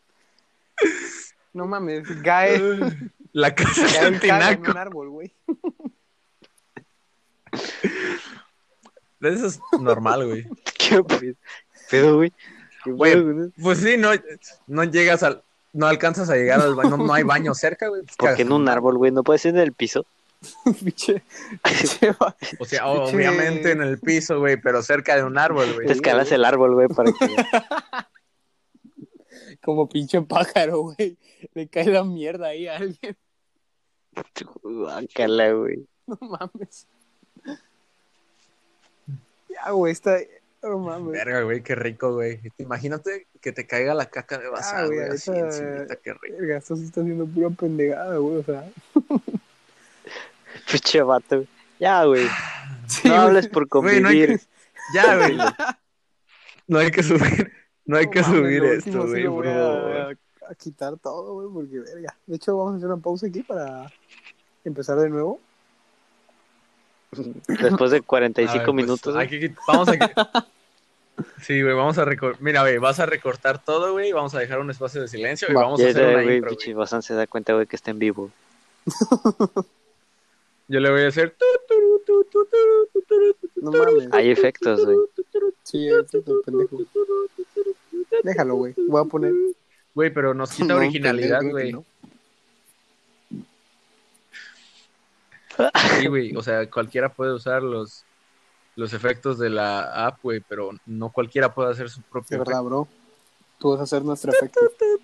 No mames, Gae. La casa es Gae el caga en tinaco. un árbol, güey. Eso es normal, güey. Qué pedo, güey. Qué Güey, pedo, güey. pues sí, no llegas al... No alcanzas a llegar al baño, no hay baño cerca, güey. Pues, ¿Por qué en un árbol, güey? ¿No puede ser en el piso? Pinche O sea, obviamente en el piso, güey, pero cerca de un árbol, güey. Te escalas el árbol, güey, para que... como pinche pájaro, güey. Le cae la mierda ahí a alguien. Guácala, güey. No mames. Ya, güey, no mames. Verga, güey, qué rico, güey. Imagínate que te caiga la caca de basada, güey, güey, así ahorita- encimita, qué rico. Verga, esto sí está haciendo pura pendejada, güey, o sea. Pinche vato, güey. Ya, güey. Sí, No güey. hables por Güey, no hay convivir. Ya, güey. No hay que subir, no hay No que mames, subir lo esto, último sí güey, lo por voy favor. a quitar todo, güey, porque verga. De hecho, vamos a hacer una pausa aquí para empezar de nuevo. Después de 45 A ver, pues, minutos, güey. vamos a... Sí, güey, vamos a recortar. Mira, güey, vas a recortar todo, güey. Vamos a dejar un espacio de silencio y Va. vamos a Ya hacer una güey, intro, pinche güey. Bazán se da cuenta, güey, que está en vivo. Yo le voy a hacer... No mames. Hay efectos, güey. Sí, pendejo. Déjalo, güey. Voy a poner. Güey, pero nos quita No, originalidad, pendejo, güey. no. Sí, güey, o sea, cualquiera puede usar los efectos de la app, güey, pero no cualquiera puede hacer su De propio verdad, bro. Tú vas a hacer nuestro efecto.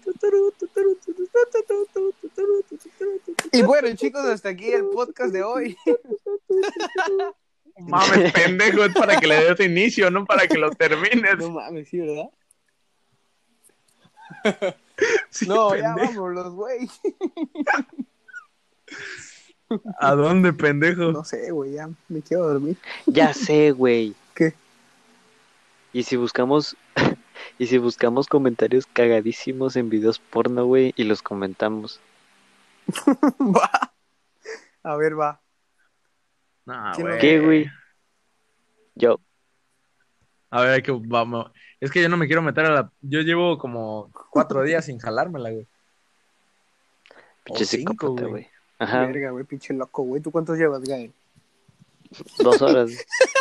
Y bueno, chicos, hasta aquí el podcast de hoy. Mames, pendejo, es para que le des inicio, no para que lo termines. No mames, sí, ¿verdad? Sí, No, ya pendejo. vámonos, güey. ¿A dónde, pendejo? No sé, güey, ya me quiero dormir. Ya sé, güey. ¿Qué? Y si buscamos comentarios cagadísimos en videos porno, güey, y los comentamos. Va. A ver, va. No, ¿Quién güey. ¿Qué, güey? Yo. A ver, vamos. Es que yo no me quiero meter a la... Yo llevo como 4 días sin jalármela, güey. Pinche O 5, psicópata, güey. güey. Ajá. Verga, güey, pinche loco, güey. ¿Tú cuántos llevas, Gael? 2 horas.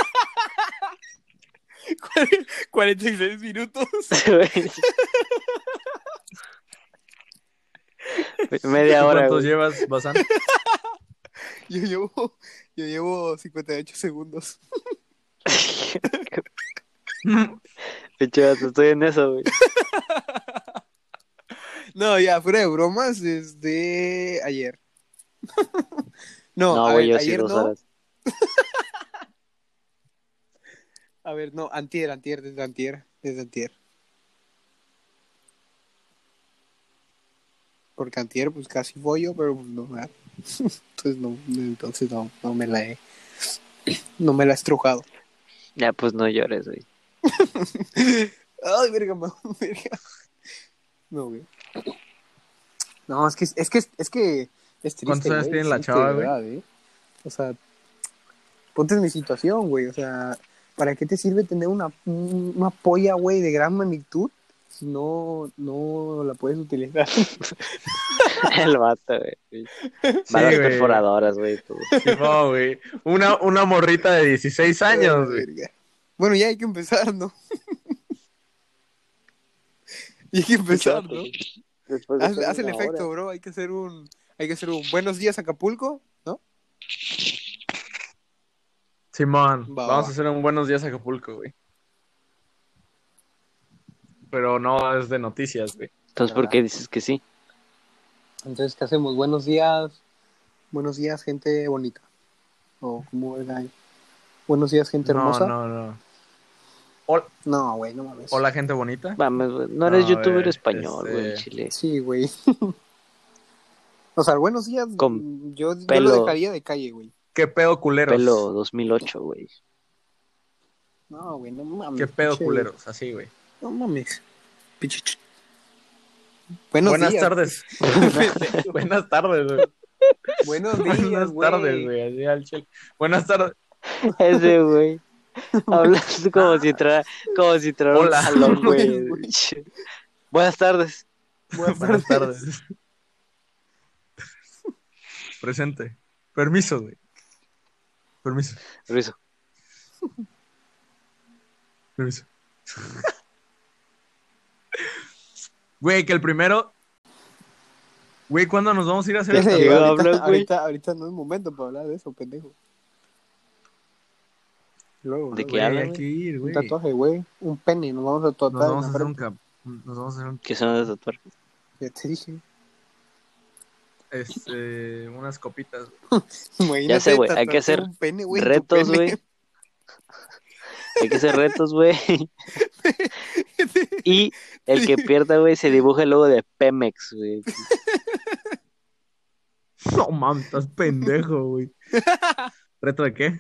46 minutos. Güey. Media hora, ¿Cuántos güey. llevas, Bazán? Yo llevo 58 segundos. Pinche vato, estoy en eso, güey. No, ya, fuera de bromas, desde ayer. No, No, a güey, ver, yo sí ayer 2 no. horas. A ver, no, desde antier. Porque antier, pues casi follo, pero pues no, ¿verdad? Entonces no me la he... No me la he estrujado. Ya, pues no llores, güey. Ay, verga. No, güey. No, es que es triste, ¿Cuántos años güey, tiene es la triste, chava, de güey? verdad, O sea, ponte en mi situación, güey. O sea, ¿para qué te sirve tener una polla, güey, de gran magnitud si no la puedes utilizar? El vato, güey. Sí, Balas güey. perforadoras, güey. Todo. No, güey. Una morrita de 16 años, güey. Verga. Bueno, ya hay que empezar, ¿no? Y hay que empezar, ¿no? Después de Haz el una efecto, hora. bro. Hay que hacer un buenos días, Acapulco, ¿no? Simón, Va, vamos va. a hacer un buenos días a Acapulco, güey. Pero no es de noticias, güey. Entonces, ¿por qué dices que sí? Entonces, ¿qué hacemos? Buenos días, gente bonita. O como era ahí. Buenos días, gente No, hermosa. no. Hola, No, güey, no mames. hola, gente bonita. Vamos, güey. No No, eres a youtuber ver, español, güey, el chile. Sí, güey. O sea, buenos días, Con yo lo pelo, dejaría de calle, güey. ¿Qué pedo, culeros? pelo 2008, güey. No, güey, no mames. ¿Qué pedo, pinche- culeros? Así, güey. No mames. Pinche Buenos Buenas días. tardes. Buenas tardes, güey. Buenos días, Buenas tardes, güey. Así al chile. Buenas tardes. Ese, güey. Hablas como si entrara un Hola. salón, güey. Güey. Buenas tardes. Buenas tardes. Presente. Permiso, güey. Permiso. Ruizo. Permiso. Güey, que el primero. Güey, ¿cuándo nos vamos a ir a hacer ¿Qué el sé? Llegó a tatuaje? hablar, güey. Ahorita no es momento para hablar de eso, pendejo. Luego, ¿De luego. qué hablan, Hay güey? que ir, Un güey. tatuaje, güey. Un pene, nos vamos a Nos tatuar vamos en a la hacer un frente. Nos vamos a hacer un... ¿Qué son de tatuar? Ya te dije. unas copitas. Imagínate Ya sé, güey. Hay tatuarte que hacer un pene, güey, en tu retos, pene. güey. Hay que hacer retos, güey. Y el que pierda, güey, se dibuja el logo de Pemex, güey. No mames, estás pendejo, güey. ¿Reto de qué?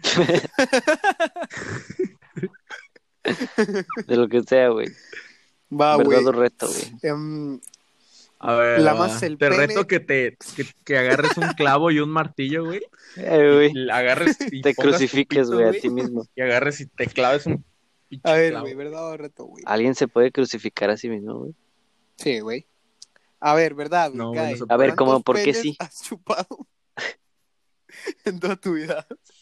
De lo que sea, güey. Va, güey. Verdadero reto, güey. A ver, Lamas el te pene. reto que agarres un clavo y un martillo, güey. Güey. Y agarres y Te pongas tu crucifiques, pito, güey, a ti mismo. Y agarres y te claves un pinche A ver, clavo. güey, verdad o reto, güey. ¿Alguien se puede crucificar a sí mismo, güey? Sí, güey. A ver, verdad, güey. No, güey, no se Guy, puede. A ver, ¿cómo? ¿cuántos ¿Por qué penes sí? has chupado en toda tu vida?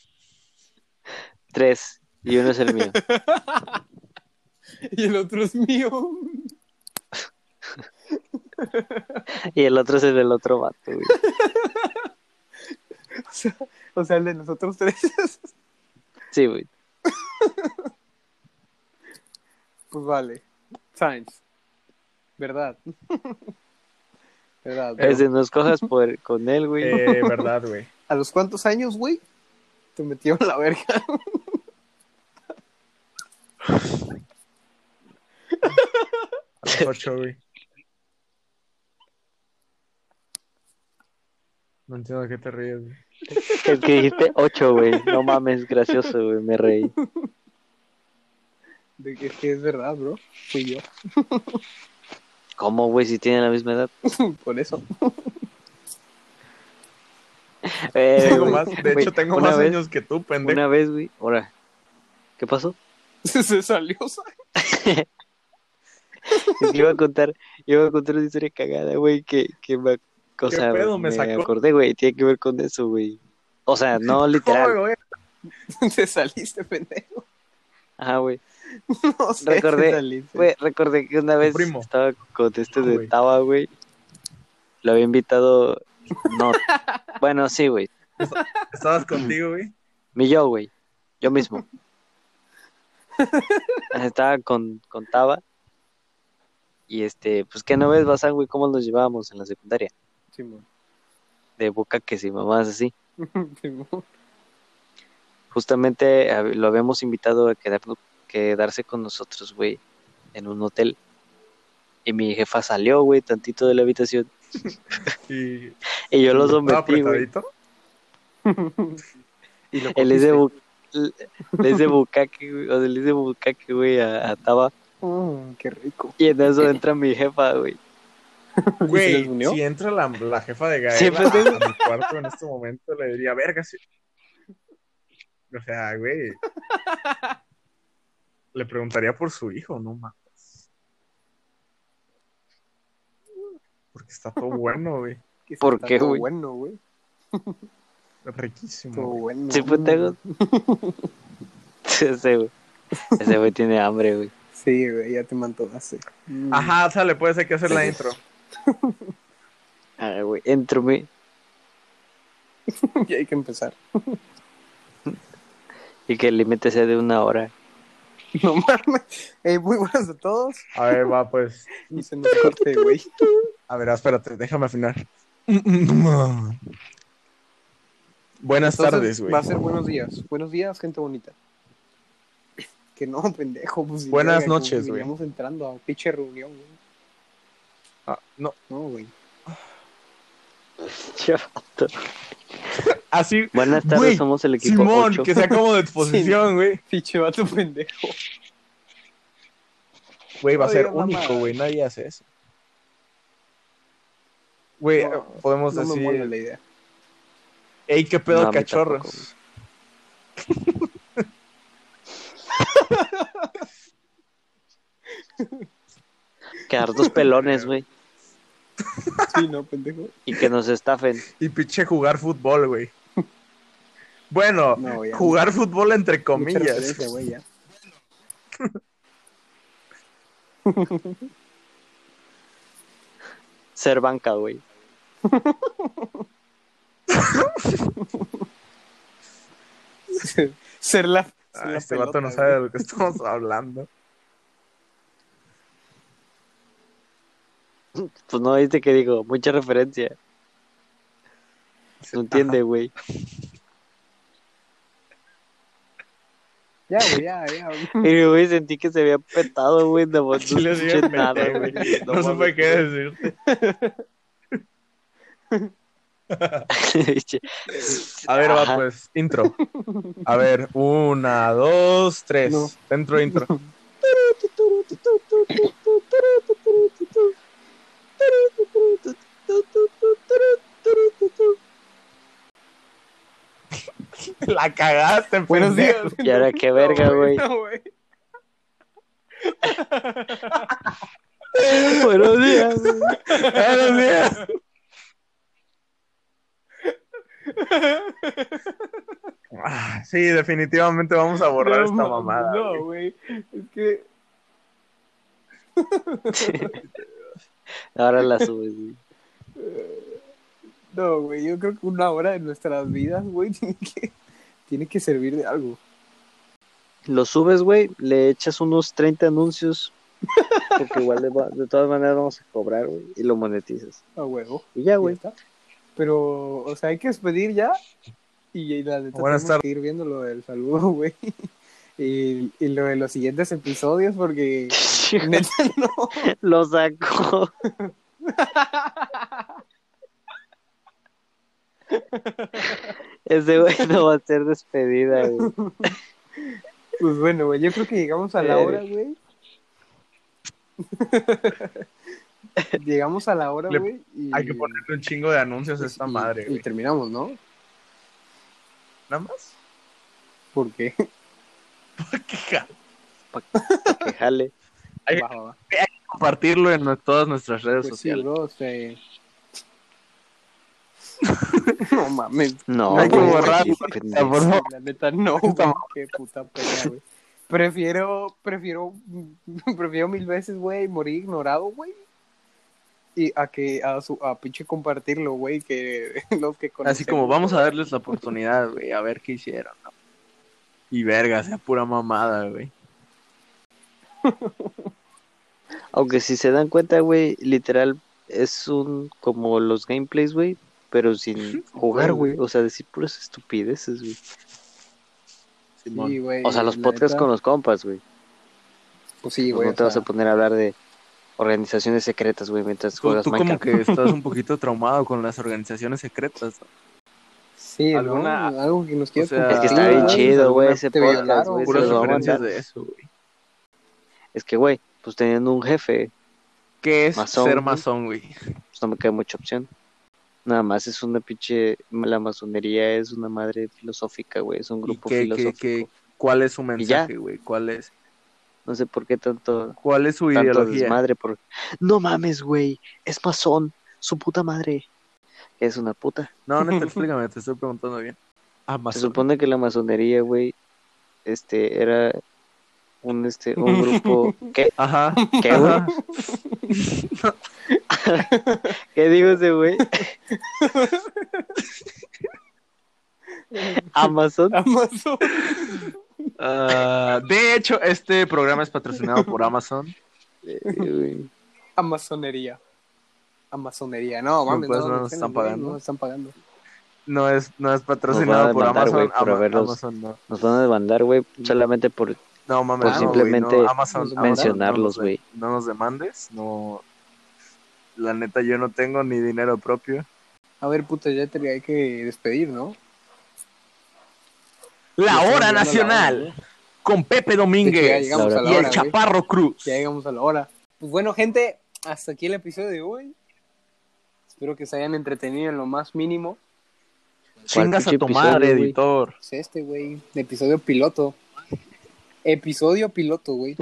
3. Y uno es el mío. Y el otro es mío. Y el otro es el del otro vato, güey. O sea, el de nosotros tres. Sí, güey. Pues vale. Science. Verdad. Verdad. Pero- Ese no escojas con él, güey. Verdad, güey. ¿A los cuántos años, güey? Te metieron la verga. A las 8, güey. No entiendo de qué te ríes, güey. El que dijiste 8, güey. No mames, gracioso, güey. Me reí. De que es verdad, bro. Fui yo. ¿Cómo, güey? Si tienen la misma edad. Por eso. Tengo Güey, más, de güey, hecho, tengo una más vez- años que tú, pendejo. Una vez, güey. Ahora, ¿qué pasó? Se salió, ¿sabes? Es que iba a contar una historia cagada, güey, que me, o sea, pedo? Me me sacó. acordé, güey, tiene que ver con eso, güey. O sea, no literal. ¿Cómo, güey? Te saliste, pendejo. Ajá, güey. No sé, Recordé, te saliste. Güey, recordé que una vez primo. estaba con este Ah, de güey. Taba, güey. Lo había invitado. No. Bueno, sí, güey. Estabas contigo, güey. Yo, güey. Yo mismo. Estaba con Taba. Y pues, ¿qué no ves, Bazán, güey? ¿Cómo nos llevábamos en la secundaria? Simón. De bucaques y mamás así. Simón. Justamente lo habíamos invitado a quedarse con nosotros, güey, en un hotel. Y mi jefa salió, güey, tantito de la habitación. Y Y yo lo estaba sometí, güey. apretadito. Y lo Le hice, cogiste. le hice bucaque, güey, o sea, le hice bucaque, güey, a Taba. Qué rico. Y en eso entra mi jefa, güey. ¿Y se Güey, les unió? si entra la jefa de Gael Sí, a pendejo. mi cuarto en este momento, le diría, verga, sí. O sea, güey. Le preguntaría por su hijo, no mames. Porque está todo bueno, güey. Que ¿Por está qué, todo güey? bueno, güey. Riquísimo. Todo güey. bueno. Sí, pendejo. Sí, güey. Ese güey tiene hambre, güey. Sí, güey, ya te mantonaste. Ajá, sale, puede ser que hacer la intro. Güey, éntrame. Ya hay que empezar. Y que el límite sea de 1 hora. No mames. Muy buenas a todos. A ver, va, pues. Y se nos corte, güey. A ver, espérate, déjame afinar. Buenas Entonces, tardes, güey. Va a ser buenos días. Buenos días, gente bonita. Que no, pendejo. Pues, Buenas verga, noches, como si güey. veníamos entrando a pinche reunión, güey. Ah, no. No, güey. Chato. Así. Buenas tardes, güey, somos el equipo Simón, 8. que sea como de exposición, güey. Pinche vato pendejo. Güey, va a ser Oiga, mamá. único, güey. Nadie hace eso. Güey, No, podemos no me mola decir. la idea. Ey, qué pedo, No, a mí cachorros. Quedar dos pelones, güey. Sí, no, pendejo. Y que nos estafen. Y pinche jugar fútbol, güey. Bueno, No, ya, jugar fútbol entre Mucha comillas. referencia, güey, ya. Ser banca, güey. Ser la Este vato pelota, no sabe de güey. lo que estamos hablando. Pues no viste que digo, mucha referencia. No entiende, güey. Ya, güey, ya. Y güey, sentí que se había petado, güey. No, no Chile sí escuché me nada, peté, güey. güey. No mames, supe qué decirte. A ver, va Ajá. pues, intro. A ver, 1, 2, 3. No. Dentro intro. La cagaste, Buenos días. pendejo. Y ahora qué verga, güey. No, güey. Buenos días, güey. Buenos días. Ah, sí, definitivamente vamos a borrar No, esta mames, mamada. No, güey. Es que. Ahora la subes, güey. No, güey. Yo creo que 1 hora de nuestras vidas, güey, tiene que servir de algo. Lo subes, güey, le echas unos 30 anuncios. Porque igual de todas maneras vamos a cobrar, güey. Y lo monetizas. A huevo. Y ya, güey. Ya está. Pero, o sea, hay que despedir ya. Y la neta Buenas tenemos que ir viendo lo del saludo, güey. Y lo de los siguientes episodios, porque neta no. Lo sacó. Ese güey no va a ser despedida, güey. Pues bueno, güey, yo creo que llegamos a la hora, güey. Llegamos a la hora, güey. Hay que ponerle un chingo de anuncios a esta madre, Y güey. terminamos, ¿no? ¿Nada más? ¿Por qué? Porque ja, Para que jale. Hay- Va. compartirlo en todas nuestras redes Pues sí, sociales. bro, No mames. No, Hay que güey, borrar, sí, por pendejo. favor. La neta, no, güey. Qué puta pena, güey. Prefiero 1000 veces, güey, morir ignorado, güey. Y a pinche compartirlo, güey, que los que conocemos. Así como vamos a darles la oportunidad, güey, a ver qué hicieron, ¿no? Y verga, sea pura mamada, güey. Aunque si se dan cuenta, güey, literal es como los gameplays, güey, pero sin jugar, güey. O sea, decir puras estupideces, güey. Sí, güey. O sea, los la podcasts neta, con los compas, güey. Pues sí, Pues güey. no te vas a poner a hablar de organizaciones secretas, güey, mientras Tú juegas como Minecraft. que estás un poquito traumado con las organizaciones secretas, ¿no? Sí, ¿no? alguna- Algo que nos quieras o sea, Es que compartir, está bien güey. chido, güey, alguna ese te podcast, violaron, güey, se Puras los voy a referencias mandar. de eso, güey. Es que, güey, pues teniendo un jefe, ¿Qué es Masón, ser güey. masón, güey? pues no me queda mucha opción. Nada más es una pinche, la masonería es una madre filosófica, güey, es un ¿Y grupo filosófico. cuál es su ya. mensaje, güey? ¿Cuál es No sé por qué tanto su ideología? desmadre por... No mames, güey, es masón, su puta madre. Es una puta. No, neta, explícame, te estoy preguntando bien. Ah, Se masón. supone que la masonería, güey, era un grupo. ¿Qué? Ajá. ¿Qué, güey? Ajá. ¿Qué digo ese güey? Amazon. Amazon. De hecho, este programa es patrocinado por Amazon. Güey. Amazonería. No, mames, Pues no, no no nos sé, están güey, pagando. no nos están pagando. No es Nos van a patrocinado por demandar, Amazon. güey, por haberlos- Amazon no. Nos van a demandar, güey, solamente por No mames, por no, simplemente güey, no, Amazon, mencionarlos, no güey. no nos demandes, no. La neta, yo no tengo ni dinero propio. A ver, puta, ya te hay que despedir, ¿no? La Ya estamos hora llegando a la nacional hora, ¿no? con Pepe De hecho, ya Domínguez llegamos a la y el hora, güey. Chaparro Cruz. Ya llegamos a la hora. Pues bueno, gente, hasta aquí el episodio de hoy. Espero que se hayan entretenido en lo más mínimo. Chingas a pinche tu episodio, madre, güey? editor. Es güey, de episodio piloto. Episodio piloto, güey.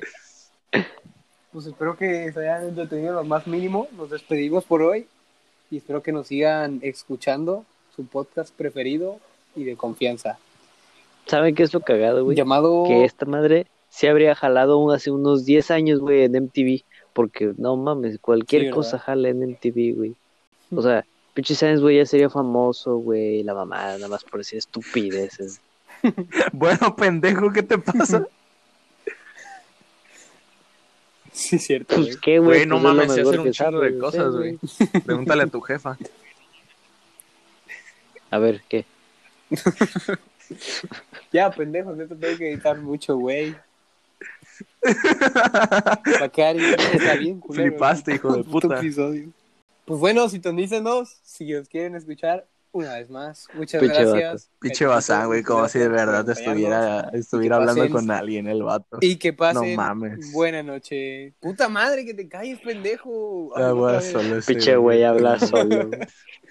Pues espero que se hayan entretenido en lo más mínimo. Nos despedimos por hoy. Y espero que nos sigan escuchando su podcast preferido y de confianza. ¿Saben qué es lo cagado, güey? Llamado... Que esta madre se habría jalado hace unos 10 años, güey, en MTV. Porque, no mames, cualquier Sí, cosa ¿verdad? jala en MTV, güey. O sea, pinche Sáenz, güey, ya sería famoso, güey. La mamada, nada más por decir estupideces. Bueno, pendejo, ¿qué te pasa? Sí, cierto, güey. Pues, ¿qué, güey? Güey, no Pues es lo mames, sé mejor hacer que un chingo sabe, de cosas, güey. Pregúntale a tu jefa. A ver, ¿qué? Ya, pendejo, neta, tengo que editar mucho, güey. Bacari, está bien, culero. Flipaste, hijo de Puto puta. episodio. Pues bueno, sintonícenos si os quieren escuchar una vez más. Muchas Pinche gracias. Pinche Cachito, bazán, güey, muchas como si de gracias por verdad acompañarnos. estuviera que hablando pasen- con alguien, el vato. Y que pasen No mames. buena noche. Puta madre, que te calles, pendejo. Ah, Habla güey, otra vez. solo ese, Pinche güey habla solo, güey.